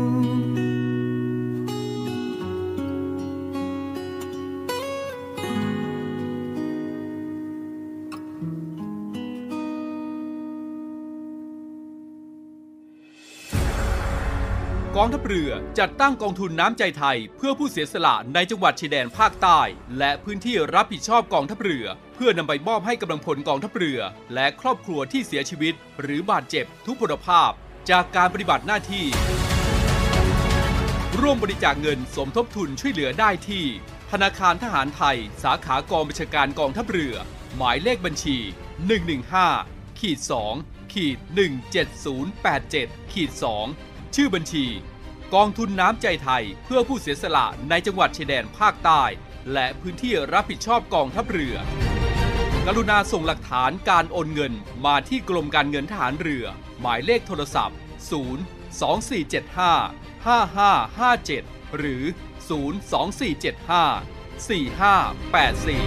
กองทัพเรือจัดตั้งกองทุนน้ำใจไทยเพื่อผู้เสียสละในจังหวัดชายแดนภาคใต้และพื้นที่รับผิดชอบกองทัพเรือเพื่อนำไปมอบให้กำลังพลกองทัพเรือและครอบครัวที่เสียชีวิตหรือบาดเจ็บทุพพลภาพจากการปฏิบัติหน้าที่ร่วมบริจาคเงินสมทบทุนช่วยเหลือได้ที่ธนาคารทหารไทยสาขากองบัญชาการกองทัพเรือหมายเลขบัญชี หนึ่ง หนึ่ง ห้า สอง หนึ่ง เจ็ด ศูนย์ แปด เจ็ด สองชื่อบัญชีกองทุนน้ำใจไทยเพื่อผู้เสียสละในจังหวัดชายแดนภาคใต้และพื้นที่รับผิดชอบกองทัพเรือกรุณาส่งหลักฐานการโอนเงินมาที่กรมการเงินทหารเรือหมายเลขโทรศัพท์ศูนย์ สอง สี่ เจ็ด ห้า ห้า ห้า ห้า เจ็ดหรือศูนย์ สอง สี่ เจ็ด ห้า สี่ ห้า แปด สี่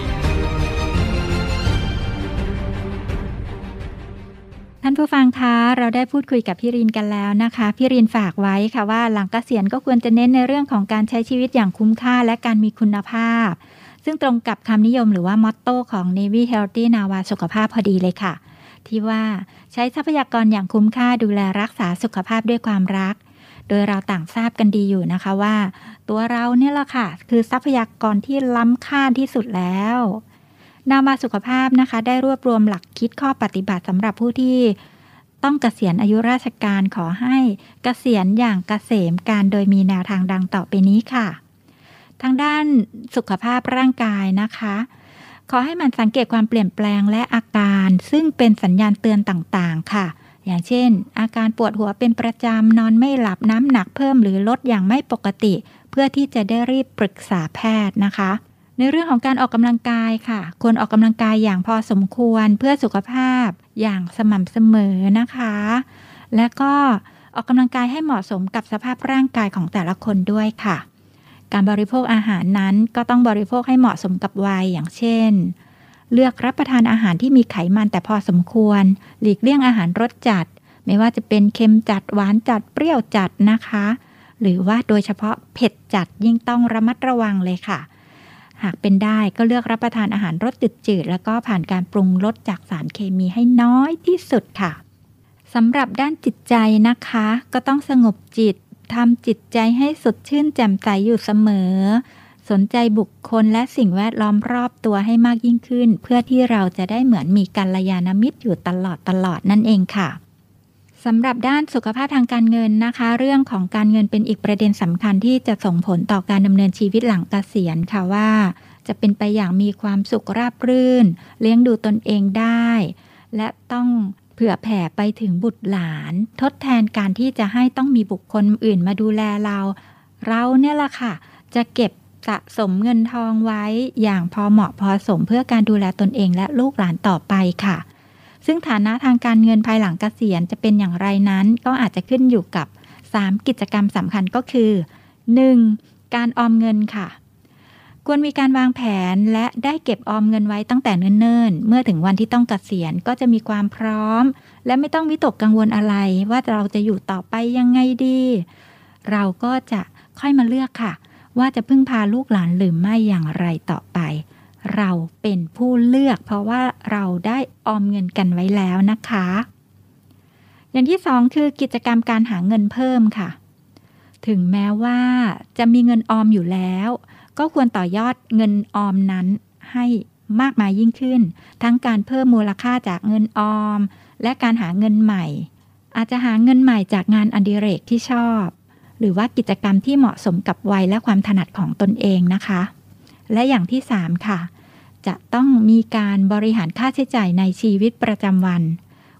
ท่านผู้ฟังคะเราได้พูดคุยกับพี่รินกันแล้วนะคะพี่รินฝากไว้ค่ะว่าหลังเกษียณก็ควรจะเน้นในเรื่องของการใช้ชีวิตอย่างคุ้มค่าและการมีคุณภาพซึ่งตรงกับคำนิยมหรือว่ามอตโต้ของ Navy Healthy นาวาสุขภาพพอดีเลยค่ะที่ว่าใช้ทรัพยากรอย่างคุ้มค่าดูแลรักษาสุขภาพด้วยความรักโดยเราต่างทราบกันดีอยู่นะคะว่าตัวเราเนี่ยแหละค่ะคือทรัพยากรที่ล้ำค่าที่สุดแล้วนามาสุขภาพนะคะได้รวบรวมหลักคิดข้อปฏิบัติสำหรับผู้ที่ต้องเกษียณอายุราชการขอให้เกษียณอย่างเกษมการโดยมีแนวทางดังต่อไปนี้ค่ะทางด้านสุขภาพร่างกายนะคะขอให้มันสังเกตความเปลี่ยนแปลงและอาการซึ่งเป็นสัญญาณเตือนต่างๆค่ะอย่างเช่นอาการปวดหัวเป็นประจำนอนไม่หลับน้ำหนักเพิ่มหรือลดอย่างไม่ปกติเพื่อที่จะได้รีบปรึกษาแพทย์นะคะในเรื่องของการออกกำลังกายค่ะควรออกกำลังกายอย่างพอสมควรเพื่อสุขภาพอย่างสม่ำเสมอนะคะและก็ออกกำลังกายให้เหมาะสมกับสภาพร่างกายของแต่ละคนด้วยค่ะการบริโภคอาหารนั้นก็ต้องบริโภคให้เหมาะสมกับวัยอย่างเช่นเลือกรับประทานอาหารที่มีไขมันแต่พอสมควรหลีกเลี่ยงอาหารรสจัดไม่ว่าจะเป็นเค็มจัดหวานจัดเปรี้ยวจัดนะคะหรือว่าโดยเฉพาะเผ็ดจัดยิ่งต้องระมัดระวังเลยค่ะหากเป็นได้ก็เลือกรับประทานอาหารรสจืดๆแล้วก็ผ่านการปรุงรสจากสารเคมีให้น้อยที่สุดค่ะสำหรับด้านจิตใจนะคะก็ต้องสงบจิตทำจิตใจให้สดชื่นแจ่มใสอยู่เสมอสนใจบุคคลและสิ่งแวดล้อมรอบตัวให้มากยิ่งขึ้นเพื่อที่เราจะได้เหมือนมีกัลยาณมิตรอยู่ตลอดตลอดนั่นเองค่ะสำหรับด้านสุขภาพทางการเงินนะคะเรื่องของการเงินเป็นอีกประเด็นสำคัญที่จะส่งผลต่อการดำเนินชีวิตหลังเกษียณค่ะว่าจะเป็นไปอย่างมีความสุขราบรื่นเลี้ยงดูตนเองได้และต้องเผื่อแผ่ไปถึงบุตรหลานทดแทนการที่จะให้ต้องมีบุคคลอื่นมาดูแลเราเราเนี่ยล่ะค่ะจะเก็บสะสมเงินทองไว้อย่างพอเหมาะพอสมเพื่อการดูแลตนเองและลูกหลานต่อไปค่ะซึ่งฐานะทางการเงินภายหลังเกษียณจะเป็นอย่างไรนั้นก็อาจจะขึ้นอยู่กับสามกิจกรรมสำคัญก็คือ หนึ่ง การออมเงินค่ะควรมีการวางแผนและได้เก็บออมเงินไว้ตั้งแต่เนิ่นๆเมื่อถึงวันที่ต้องเกษียณก็จะมีความพร้อมและไม่ต้องวิตกกังวลอะไรว่าเราจะอยู่ต่อไปยังไงดีเราก็จะค่อยมาเลือกค่ะว่าจะพึ่งพาลูกหลานหรือไม่อย่างไรต่อไปเราเป็นผู้เลือกเพราะว่าเราได้ออมเงินกันไว้แล้วนะคะอย่างที่สองคือกิจกรรมการหาเงินเพิ่มค่ะถึงแม้ว่าจะมีเงินออมอยู่แล้วก็ควรต่อยอดเงินออมนั้นให้มากมายยิ่งขึ้นทั้งการเพิ่มมูลค่าจากเงินออมและการหาเงินใหม่อาจจะหาเงินใหม่จากงานอดิเรกที่ชอบหรือว่ากิจกรรมที่เหมาะสมกับวัยและความถนัดของตนเองนะคะและอย่างที่สามค่ะจะต้องมีการบริหารค่าใช้จ่ายในชีวิตประจำวัน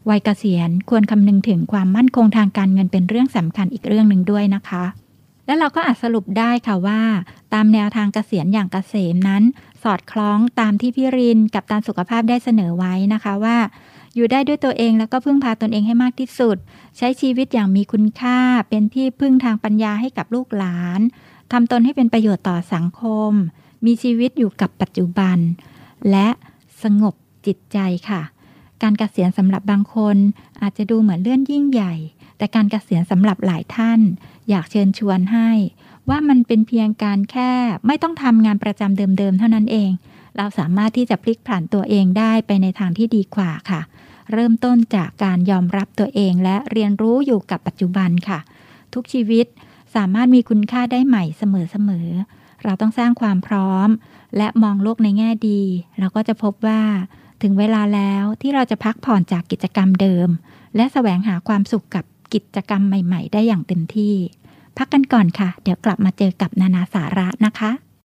วัยเกษียณควรคำนึงถึงความมั่นคงทางการเงินเป็นเรื่องสำคัญอีกเรื่องหนึ่งด้วยนะคะและเราก็อาจสรุปได้ค่ะว่าตามแนวทางเกษียณอย่างเกษมนั้นสอดคล้องตามที่พี่รินกับตาสุขภาพได้เสนอไว้นะคะว่าอยู่ได้ด้วยตัวเองแล้วก็พึ่งพาตนเองให้มากที่สุดใช้ชีวิตอย่างมีคุณค่าเป็นที่พึ่งทางปัญญาให้กับลูกหลานทำตนให้เป็นประโยชน์ต่อสังคมมีชีวิตอยู่กับปัจจุบันและสงบจิตใจค่ะการเกษียณสำหรับบางคนอาจจะดูเหมือนเลื่อนยิ่งใหญ่แต่การเกษียณสำหรับหลายท่านอยากเชิญชวนให้ว่ามันเป็นเพียงการแค่ไม่ต้องทำงานประจำเดิมๆเท่านั้นเองเราสามารถที่จะพลิกผันตัวเองได้ไปในทางที่ดีกว่าค่ะเริ่มต้นจากการยอมรับตัวเองและเรียนรู้อยู่กับปัจจุบันค่ะทุกชีวิตสามารถมีคุณค่าได้ใหม่เสมอๆเราต้องสร้างความพร้อมและมองโลกในแง่ดีเราก็จะพบว่าถึงเวลาแล้วที่เราจะพักผ่อนจากกิจกรรมเดิมและแสวงหาความสุขกับกิจกรรมใหม่ๆได้อย่างเต็มที่พักกันก่อนค่ะเดี๋ยวกลับมาเจอกับนานาสาระนะคะ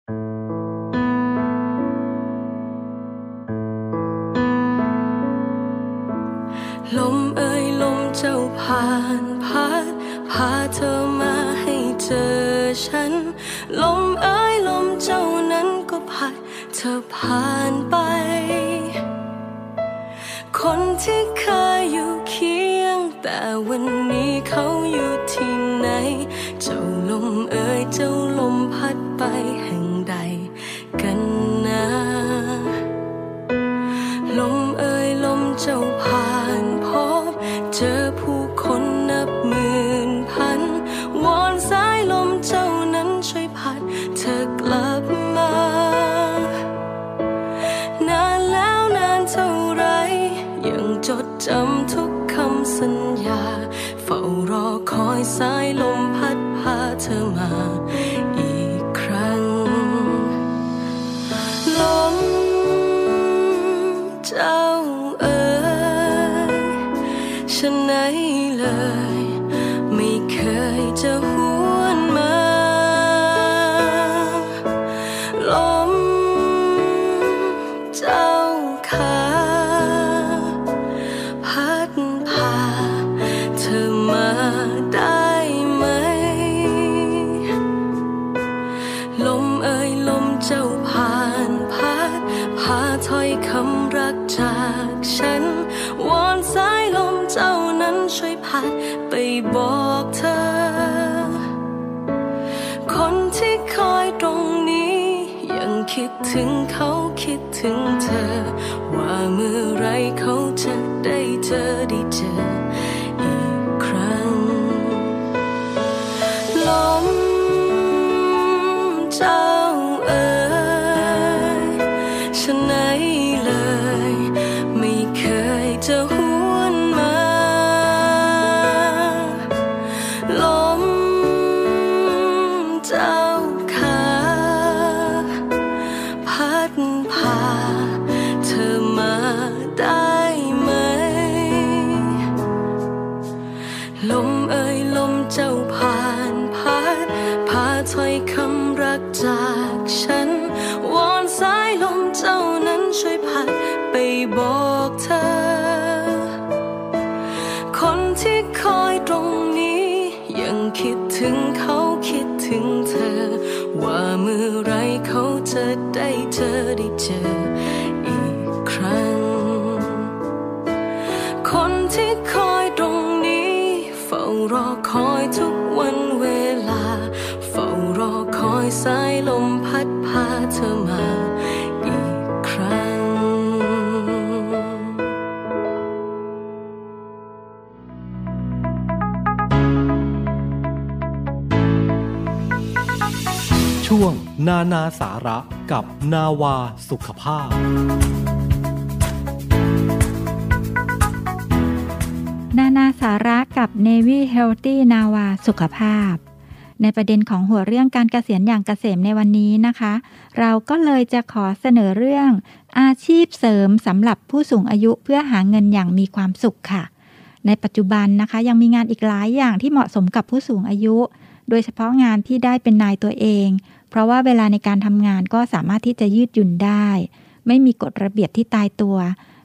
ลมเอ่ยลมเจ้าผ่านพัดพาเธอมาให้เจอฉันลมเอ่ยลมเจ้านั้นก็พัดเธอผ่านไปคนที่เคยอยู่เคียงแต่วันนี้เขาอยู่ที่ไหนเจ้าลมเอ่ยเจ้าลมพัดไปแห่งใดกันนะลมเอ่ยลมเจ้าผ่านพบเจอผู้คนนับหมื่นพันวอนสายลมเจ้านั้นช่วยพัดเธอกลับมานานแล้วนานเท่าไรยังจดจำทุกคำสัญญาเฝ้ารอคอยสายลมพัดพาเธอมาอีกครั้งลมเจ้าเอ๋ยฉันไหนเลยไม่เคยจะหวนมาลมเจ้าขาพัดพาเธอมาได้ไหมลมเอ่ยลมเจ้าผ่านพัดพาถ้อยคำรักจากฉันวอนสายลมเจ้านั้นช่วยพัดไปบอกเธอคนที่คอยตรงนี้ยังคิดถึงเขาคิดถึงเธอว่าเมื่อไรเขาจะได้เจอได้เจออีกครั้งลมเจ้าเอ๋ยฉันไหนเลยไม่เคยจะหวนมาลมเจ้าขาพัดพาเธอมาได้ไหมลมเอ่ยลมเจ้าผ่านพัดพาถ้อยคำรักจากฉันวอนสายลมเจ้านั้นช่วยพัดไปบอกเธอคนที่คอยตรงนี้ยังคิดถึงเขาคิดถึงเธอว่าเมื่อไรเขาจะได้เจอได้เจออีกครั้งคนที่คอยตรงนี้เฝ้ารอคอยทุกวันเวลาเฝ้ารอคอยสายลมพัดพาเธอมาอีกครั้งช่วงนานาสาระกับนาวาสุขภาพนานาสาระกับ Navy Healthy นาวาสุขภาพในประเด็นของหัวเรื่องการเกษียณอย่างเกษมในวันนี้นะคะเราก็เลยจะขอเสนอเรื่องอาชีพเสริมสำหรับผู้สูงอายุเพื่อหาเงินอย่างมีความสุขค่ะในปัจจุบันนะคะยังมีงานอีกหลายอย่างที่เหมาะสมกับผู้สูงอายุโดยเฉพาะงานที่ได้เป็นนายตัวเองเพราะว่าเวลาในการทำงานก็สามารถที่จะยืดหยุ่นได้ไม่มีกฎระเบียบที่ตายตัวไ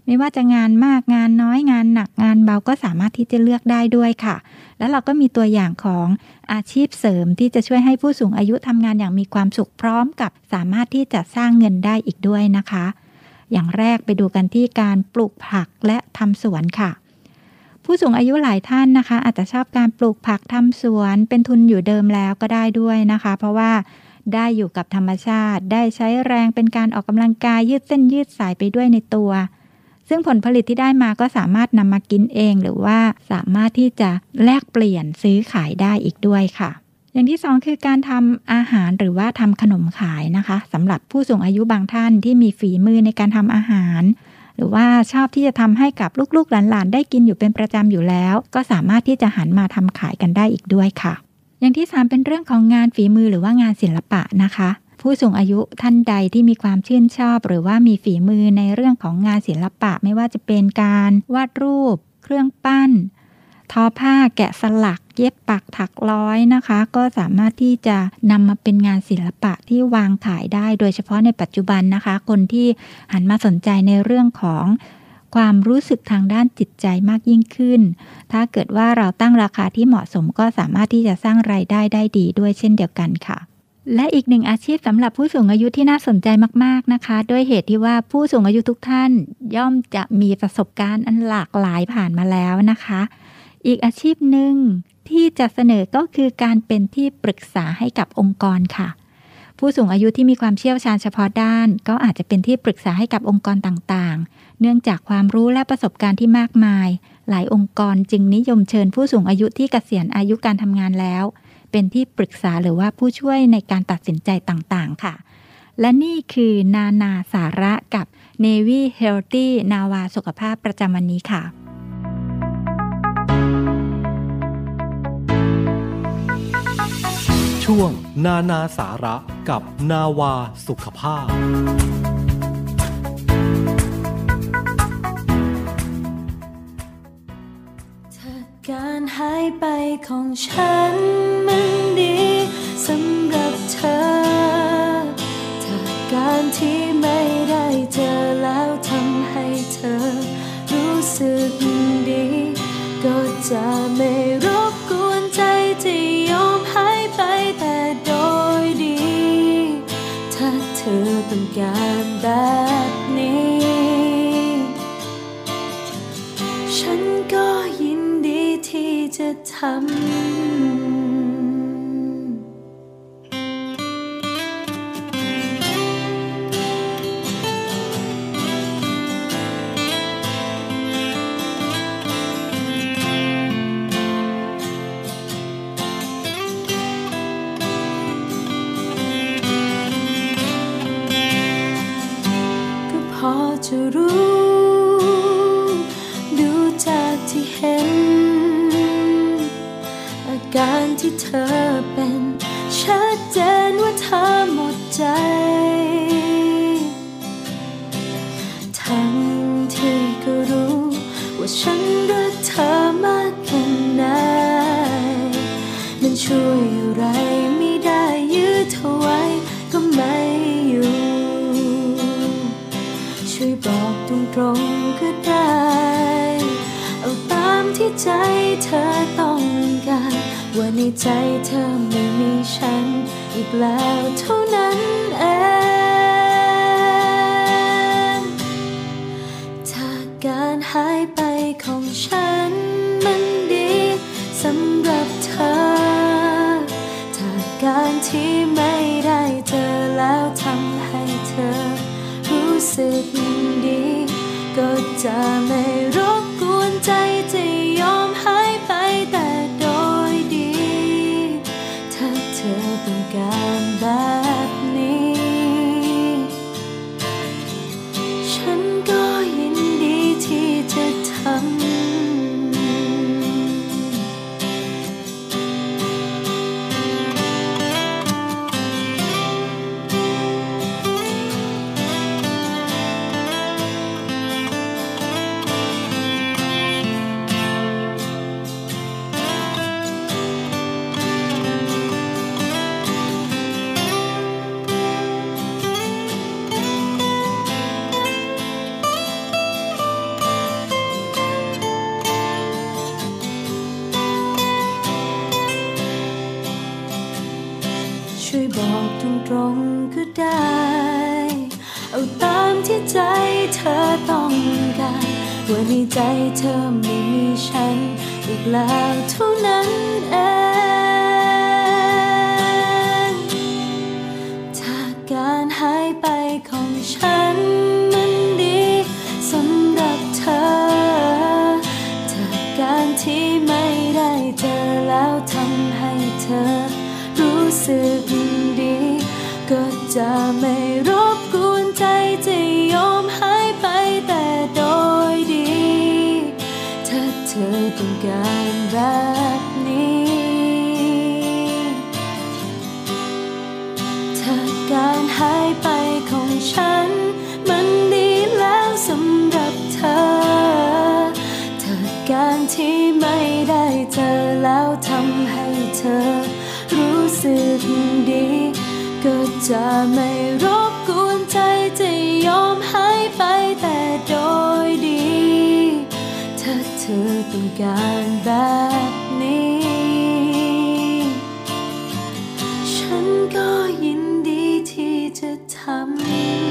ไม่ว่าจะงานมากงานน้อยงานหนักงานเบาก็สามารถที่จะเลือกได้ด้วยค่ะแล้วเราก็มีตัวอย่างของอาชีพเสริมที่จะช่วยให้ผู้สูงอายุทำงานอย่างมีความสุขพร้อมกับสามารถที่จะสร้างเงินได้อีกด้วยนะคะอย่างแรกไปดูกันที่การปลูกผักและทำสวนค่ะผู้สูงอายุหลายท่านนะคะอาจจะชอบการปลูกผักทำสวนเป็นทุนอยู่เดิมแล้วก็ได้ด้วยนะคะเพราะว่าได้อยู่กับธรรมชาติได้ใช้แรงเป็นการออกกำลังกายยืดเส้นยืดสายไปด้วยในตัวซึ่งผลผลิตที่ได้มาก็สามารถนำมากินเองหรือว่าสามารถที่จะแลกเปลี่ยนซื้อขายได้อีกด้วยค่ะอย่างที่สองคือการทำอาหารหรือว่าทำขนมขายนะคะสำหรับผู้สูงอายุบางท่านที่มีฝีมือในการทำอาหารหรือว่าชอบที่จะทำให้กับลูกๆหลานๆได้กินอยู่เป็นประจำอยู่แล้วก็สามารถที่จะหันมาทำขายกันได้อีกด้วยค่ะอย่างที่สามเป็นเรื่องของงานฝีมือหรือว่างานศิลปะนะคะผู้สูงอายุท่านใดที่มีความชื่นชอบหรือว่ามีฝีมือในเรื่องของงานศิลปะไม่ว่าจะเป็นการวาดรูปเครื่องปั้นทอผ้าแกะสลักเย็บปักถักร้อยนะคะก็สามารถที่จะนำมาเป็นงานศิลปะที่วางขายได้โดยเฉพาะในปัจจุบันนะคะคนที่หันมาสนใจในเรื่องของความรู้สึกทางด้านจิตใจมากยิ่งขึ้นถ้าเกิดว่าเราตั้งราคาที่เหมาะสมก็สามารถที่จะสร้างรายได้ได้ดีด้วยเช่นเดียวกันค่ะและอีกหนึ่งอาชีพสำหรับผู้สูงอายุที่น่าสนใจมากๆนะคะด้วยเหตุที่ว่าผู้สูงอายุทุกท่านย่อมจะมีประสบการณ์อันหลากหลายผ่านมาแล้วนะคะอีกอาชีพหนึ่งที่จะเสนอก็คือการเป็นที่ปรึกษาให้กับองค์กรค่ะผู้สูงอายุที่มีความเชี่ยวชาญเฉพาะด้านก็อาจจะเป็นที่ปรึกษาให้กับองค์กรต่างๆเนื่องจากความรู้และประสบการณ์ที่มากมายหลายองค์กรจึงนิยมเชิญผู้สูงอายุที่เกษียณอายุการทำงานแล้วเป็นที่ปรึกษาหรือว่าผู้ช่วยในการตัดสินใจต่างๆค่ะและนี่คือนานาสาระกับ Navy Healthy นาวาสุขภาพประจำวันนี้ค่ะช่วงนานาสาระกับนาวาสุขภาพการหายไปของฉันมันดีสำหรับเธอถ้าการที่ไม่ได้เจอแล้วทำให้เธอรู้สึกดีก็จะไม่รบกวนใจที่ยอมหายไปแต่โดยดีถ้าเธอต้องการแบบนี้ฉันก็ยินดีที่จะทำก็พอจะรู้ดูจากที่เห็นอาการที่เธอเป็นชัดเจนว่าเธอหมดใจทั้งที่ก็รู้ว่าฉันรักเธอมากแค่ไหนมันช่วยอะไรไม่ได้ยืดเธอไว้ก็ไม่อยู่ช่วยบอกตรงๆก็ได้เอาตามที่ใจเธอต้องการว่าในใจเธอไม่มีฉันอีกแล้วเท่านั้นเองถ้าการหายไปของฉันมันดีสำหรับเธอถ้าการที่ไม่ได้เจอแล้วทำให้เธอรู้สึกดีก็จะไม่รบกวนใจที่ยอมหายไปแต่โดยดีถ้าเธอต้องการแบบนี้ฉันก็ยินดีที่จะทำบอกตรงๆก็ได้เอาตามที่ใจเธอต้องการว่าในใจเธอไม่มีฉันอีกแล้วเท่านั้นเองถ้าการหายไปของฉันมันดีสำหรับเธอถ้าการที่ไม่ได้เจอแล้วทำให้เธอรู้สึกดีก็จะไม่รบกวนใจจะยอมหายไปแต่โดยดีถ้าเธอต้องการแบบนี้ถ้าการหายไปของฉันมันดีแล้วสำหรับเธอถ้าการที่ไม่ได้เจอแล้วทำให้เธอรู้สึกดีก็จะไม่รบกวนใจจะยอมหายไปแต่โดยดีถ้าเธอต้องการแบบนี้ฉันก็ยินดีที่จะทำ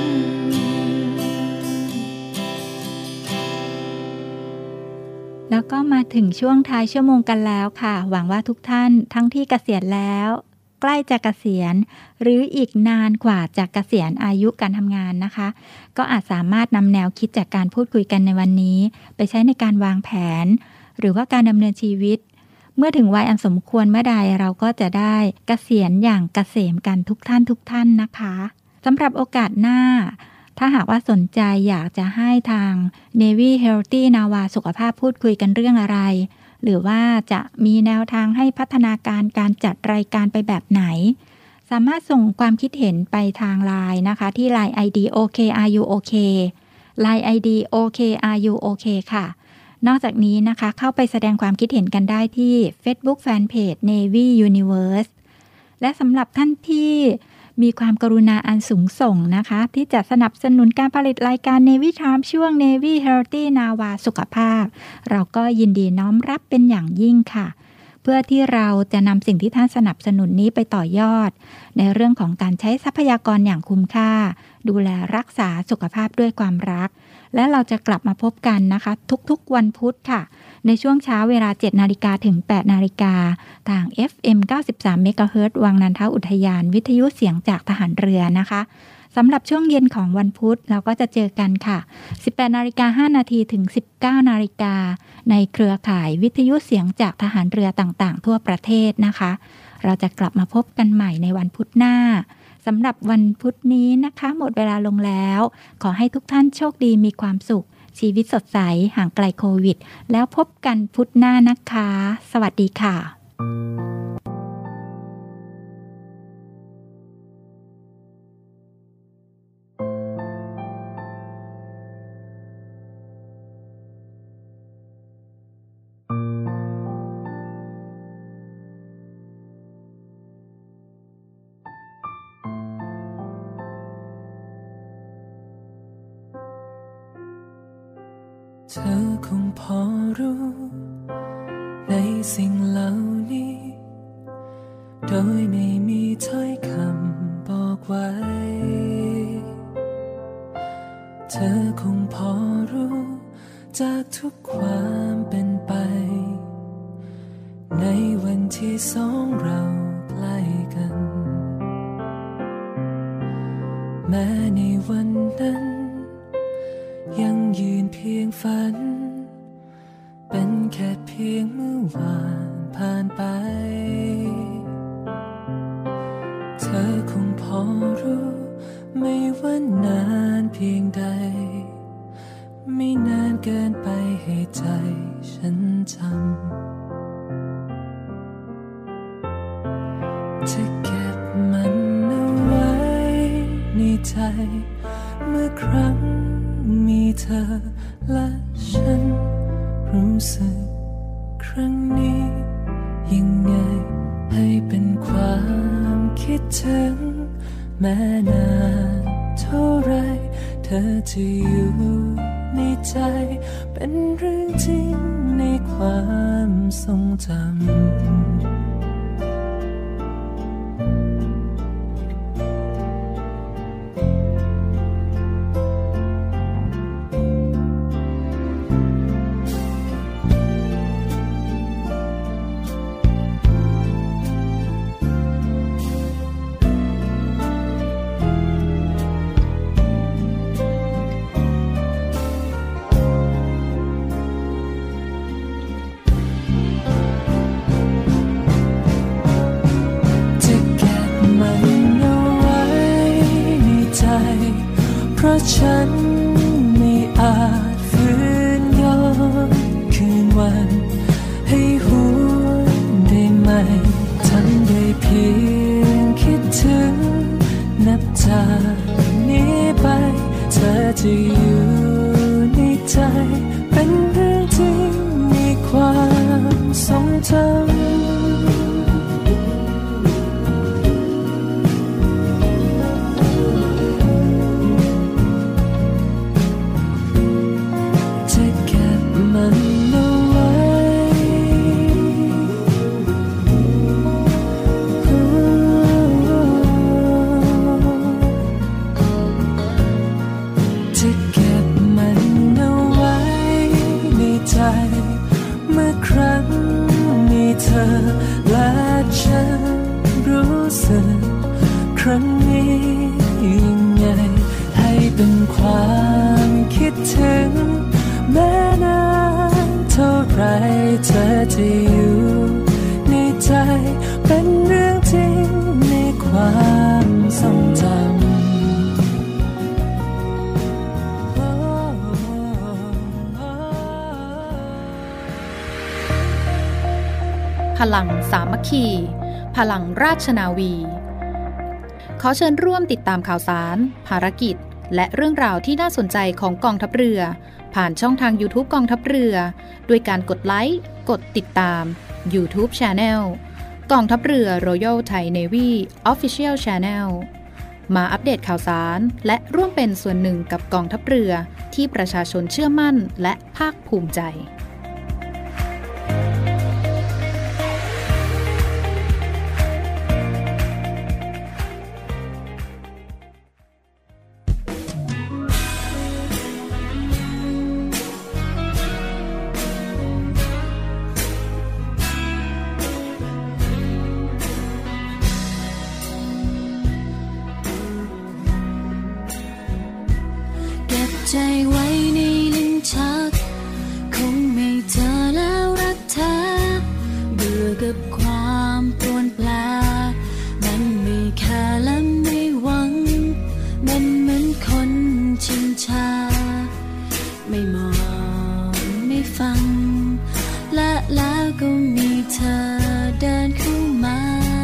แล้วก็มาถึงช่วงท้ายชั่วโมงกันแล้วค่ะหวังว่าทุกท่านทั้งที่เกษียณแล้วใกล้จะเกษียณหรืออีกนานกว่าจะเกษียณอายุการทำงานนะคะก็อาจสามารถนำแนวคิดจากการพูดคุยกันในวันนี้ไปใช้ในการวางแผนหรือว่าการดำเนินชีวิตเมื่อถึงวัยอันสมควรเมื่อใดเราก็จะได้เกษียณอย่างเกษมกันทุกท่านทุกท่านนะคะสำหรับโอกาสหน้าถ้าหากว่าสนใจอยากจะให้ทาง Navy Healthy Nava สุขภาพพูดคุยกันเรื่องอะไรหรือว่าจะมีแนวทางให้พัฒนาการการจัดรายการไปแบบไหนสามารถส่งความคิดเห็นไปทาง ไลน์ นะคะที่ ไลน์ ไอ ดี โอ เค อาร์ ยู โอ เค ไลน์ ไอ ดี โอ เค อาร์ ยู โอ เค ค่ะนอกจากนี้นะคะเข้าไปแสดงความคิดเห็นกันได้ที่ Facebook Fanpage Navy Universe และสำหรับท่านที่มีความกรุณาอันสูงส่งนะคะที่จะสนับสนุนการผลิตรายการ Navy Time ช่วง Navy Healthy Nava สุขภาพเราก็ยินดีน้อมรับเป็นอย่างยิ่งค่ะเพื่อที่เราจะนำสิ่งที่ท่านสนับสนุนนี้ไปต่อยอดในเรื่องของการใช้ทรัพยากรอย่างคุ้มค่าดูแลรักษาสุขภาพด้วยความรักและเราจะกลับมาพบกันนะคะทุกๆวันพุธค่ะในช่วงเช้าเวลา เจ็ดนาฬิกา ถึง แปดนาฬิกาทาง เอฟ เอ็ม เก้าสิบสาม เมกะเฮิรตซ์ วังนันทอุทยานวิทยุเสียงจากทหารเรือนะคะสำหรับช่วงเย็นของวันพุธเราก็จะเจอกันค่ะ สิบแปดนาฬิกาห้านาที ถึง สิบเก้านาฬิกาในเครือข่ายวิทยุเสียงจากทหารเรือต่างๆทั่วประเทศนะคะเราจะกลับมาพบกันใหม่ในวันพุธหน้าสำหรับวันพุธนี้นะคะหมดเวลาลงแล้วขอให้ทุกท่านโชคดีมีความสุขชีวิตสดใสห่างไกลโควิดแล้วพบกันพุธหน้านะคะสวัสดีค่ะเธอคงพอรู้ในสิ่งเหล่านี้โดยไม่มีถ้อยคำบอกไว้เธอคงพอรู้จากทุกความเป็นไปในวันที่สองเราใกล้กันแม้ในวันนั้นยังยืนเพียงฝันเป็นแค่เพียงเมื่อวานผ่านไปเธอคงพอรู้ไม่ว่านานเพียงใดไม่นานเกินไปให้ใจฉันจำจะเก็บมันเอาไว้ในใจเมื่อครั้งมีเธอและฉันรู้สึกครั้งนี้ยังไงให้เป็นความคิดถึงแม้นานเท่าไรเธอจะอยู่ในใจเป็นเรื่องจริงในความทรงจำฉันไม่อาจฝืนย้อนคืนวันให้หวนได้ไหมทำได้เพียงคิดถึงนับจากนี้ไปเธอจะอยู่ในใจเป็นเรื่องจริงในความทรงจำและฉันรู้สึกครั้งนี้ยิ่งใหญ่ให้เป็นความคิดถึงแม้นานเท่าไรเธอจะอยู่ในใจเป็นเรื่องจริงในความทรงจำพลังสามัคคีพลังราชนาวีขอเชิญร่วมติดตามข่าวสารภารกิจและเรื่องราวที่น่าสนใจของกองทัพเรือผ่านช่องทาง YouTube กองทัพเรือด้วยการกดไลค์กดติดตาม YouTube Channel กองทัพเรือ Royal Thai Navy Official Channel มาอัปเดตข่าวสารและร่วมเป็นส่วนหนึ่งกับกองทัพเรือที่ประชาชนเชื่อมั่นและภาคภูมิใจใจไว้ในลิ้นชักคงไม่เจอแล้วรักแท้เบื่อกับความปรวนแปรมันไม่แค่และไม่หวังมันเหมือนคนชินชาไม่มองไม่ฟังและแล้วก็มีเธอเดินเข้ามา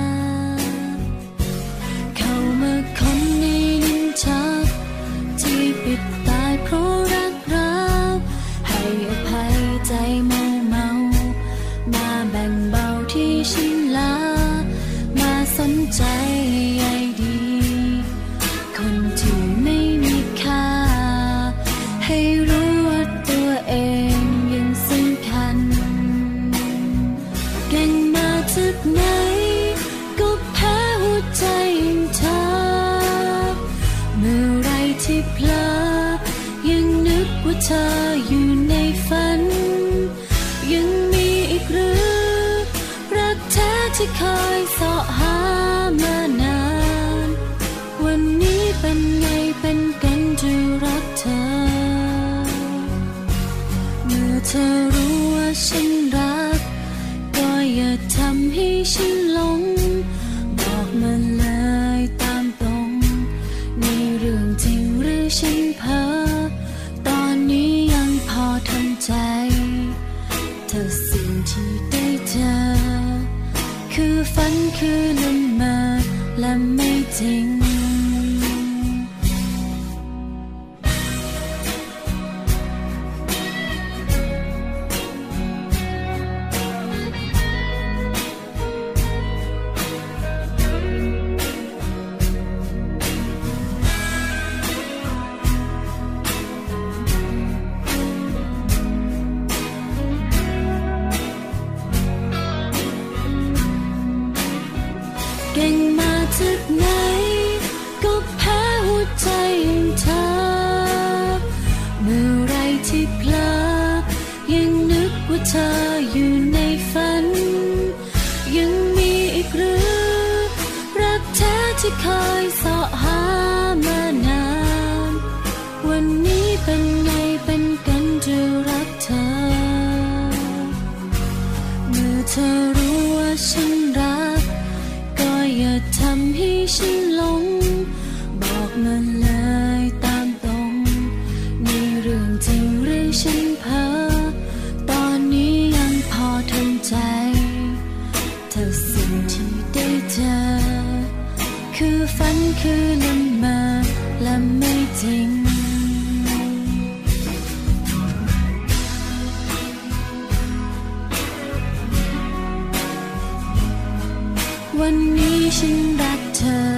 เข้ามาคนในลิ้นชักที่ปิดเพราะรักเราให้อภัยใจเมาเมามาแบ่งเบาที่ชินลามาสนใจใยดีคนที่ไม่มีค่าให้รู้ว่าตัวเองยังสำคัญเก่งมาจากไหนก็แพ้หัวใจอย่างเธอเมื่อไรที่เพลอยังนึกว่าเธออยู่ในฝันยังมีอีกหรือรักแท้ที่เคยเสาะหามานานวันนี้เป็นไงเป็นกันจะรักเธอเมื่อเธอรู้ว่าฉันรักก็อย่าทำให้ฉันหลงบอกมาเลยตามตรงนี่เรื่องจริงหรือฉันเพ้อตอนนี้ยังพอทำใจเธอสิ่งที่ได้เจอคือฝันคือละเมอและไม่จริงเก่งมาจากไหนก็แพ้หัวใจอย่างเธอเมื่อไรที่เพลอยังนึกว่าเธออยู่ในฝันยังมีอีกหรือรักแท้ที่เคยเสาะหามานานวันนี้เป็นไงเป็นกันจะรักเธอเมื่อเธอรู้ว่าฉันรักอย่าทำให้ฉันหลงบอกมาเลยตามตรงสิ่งที่ได้เจอคือฝันคือละเมอและไม่จริงวันนี้ฉันรักเธอ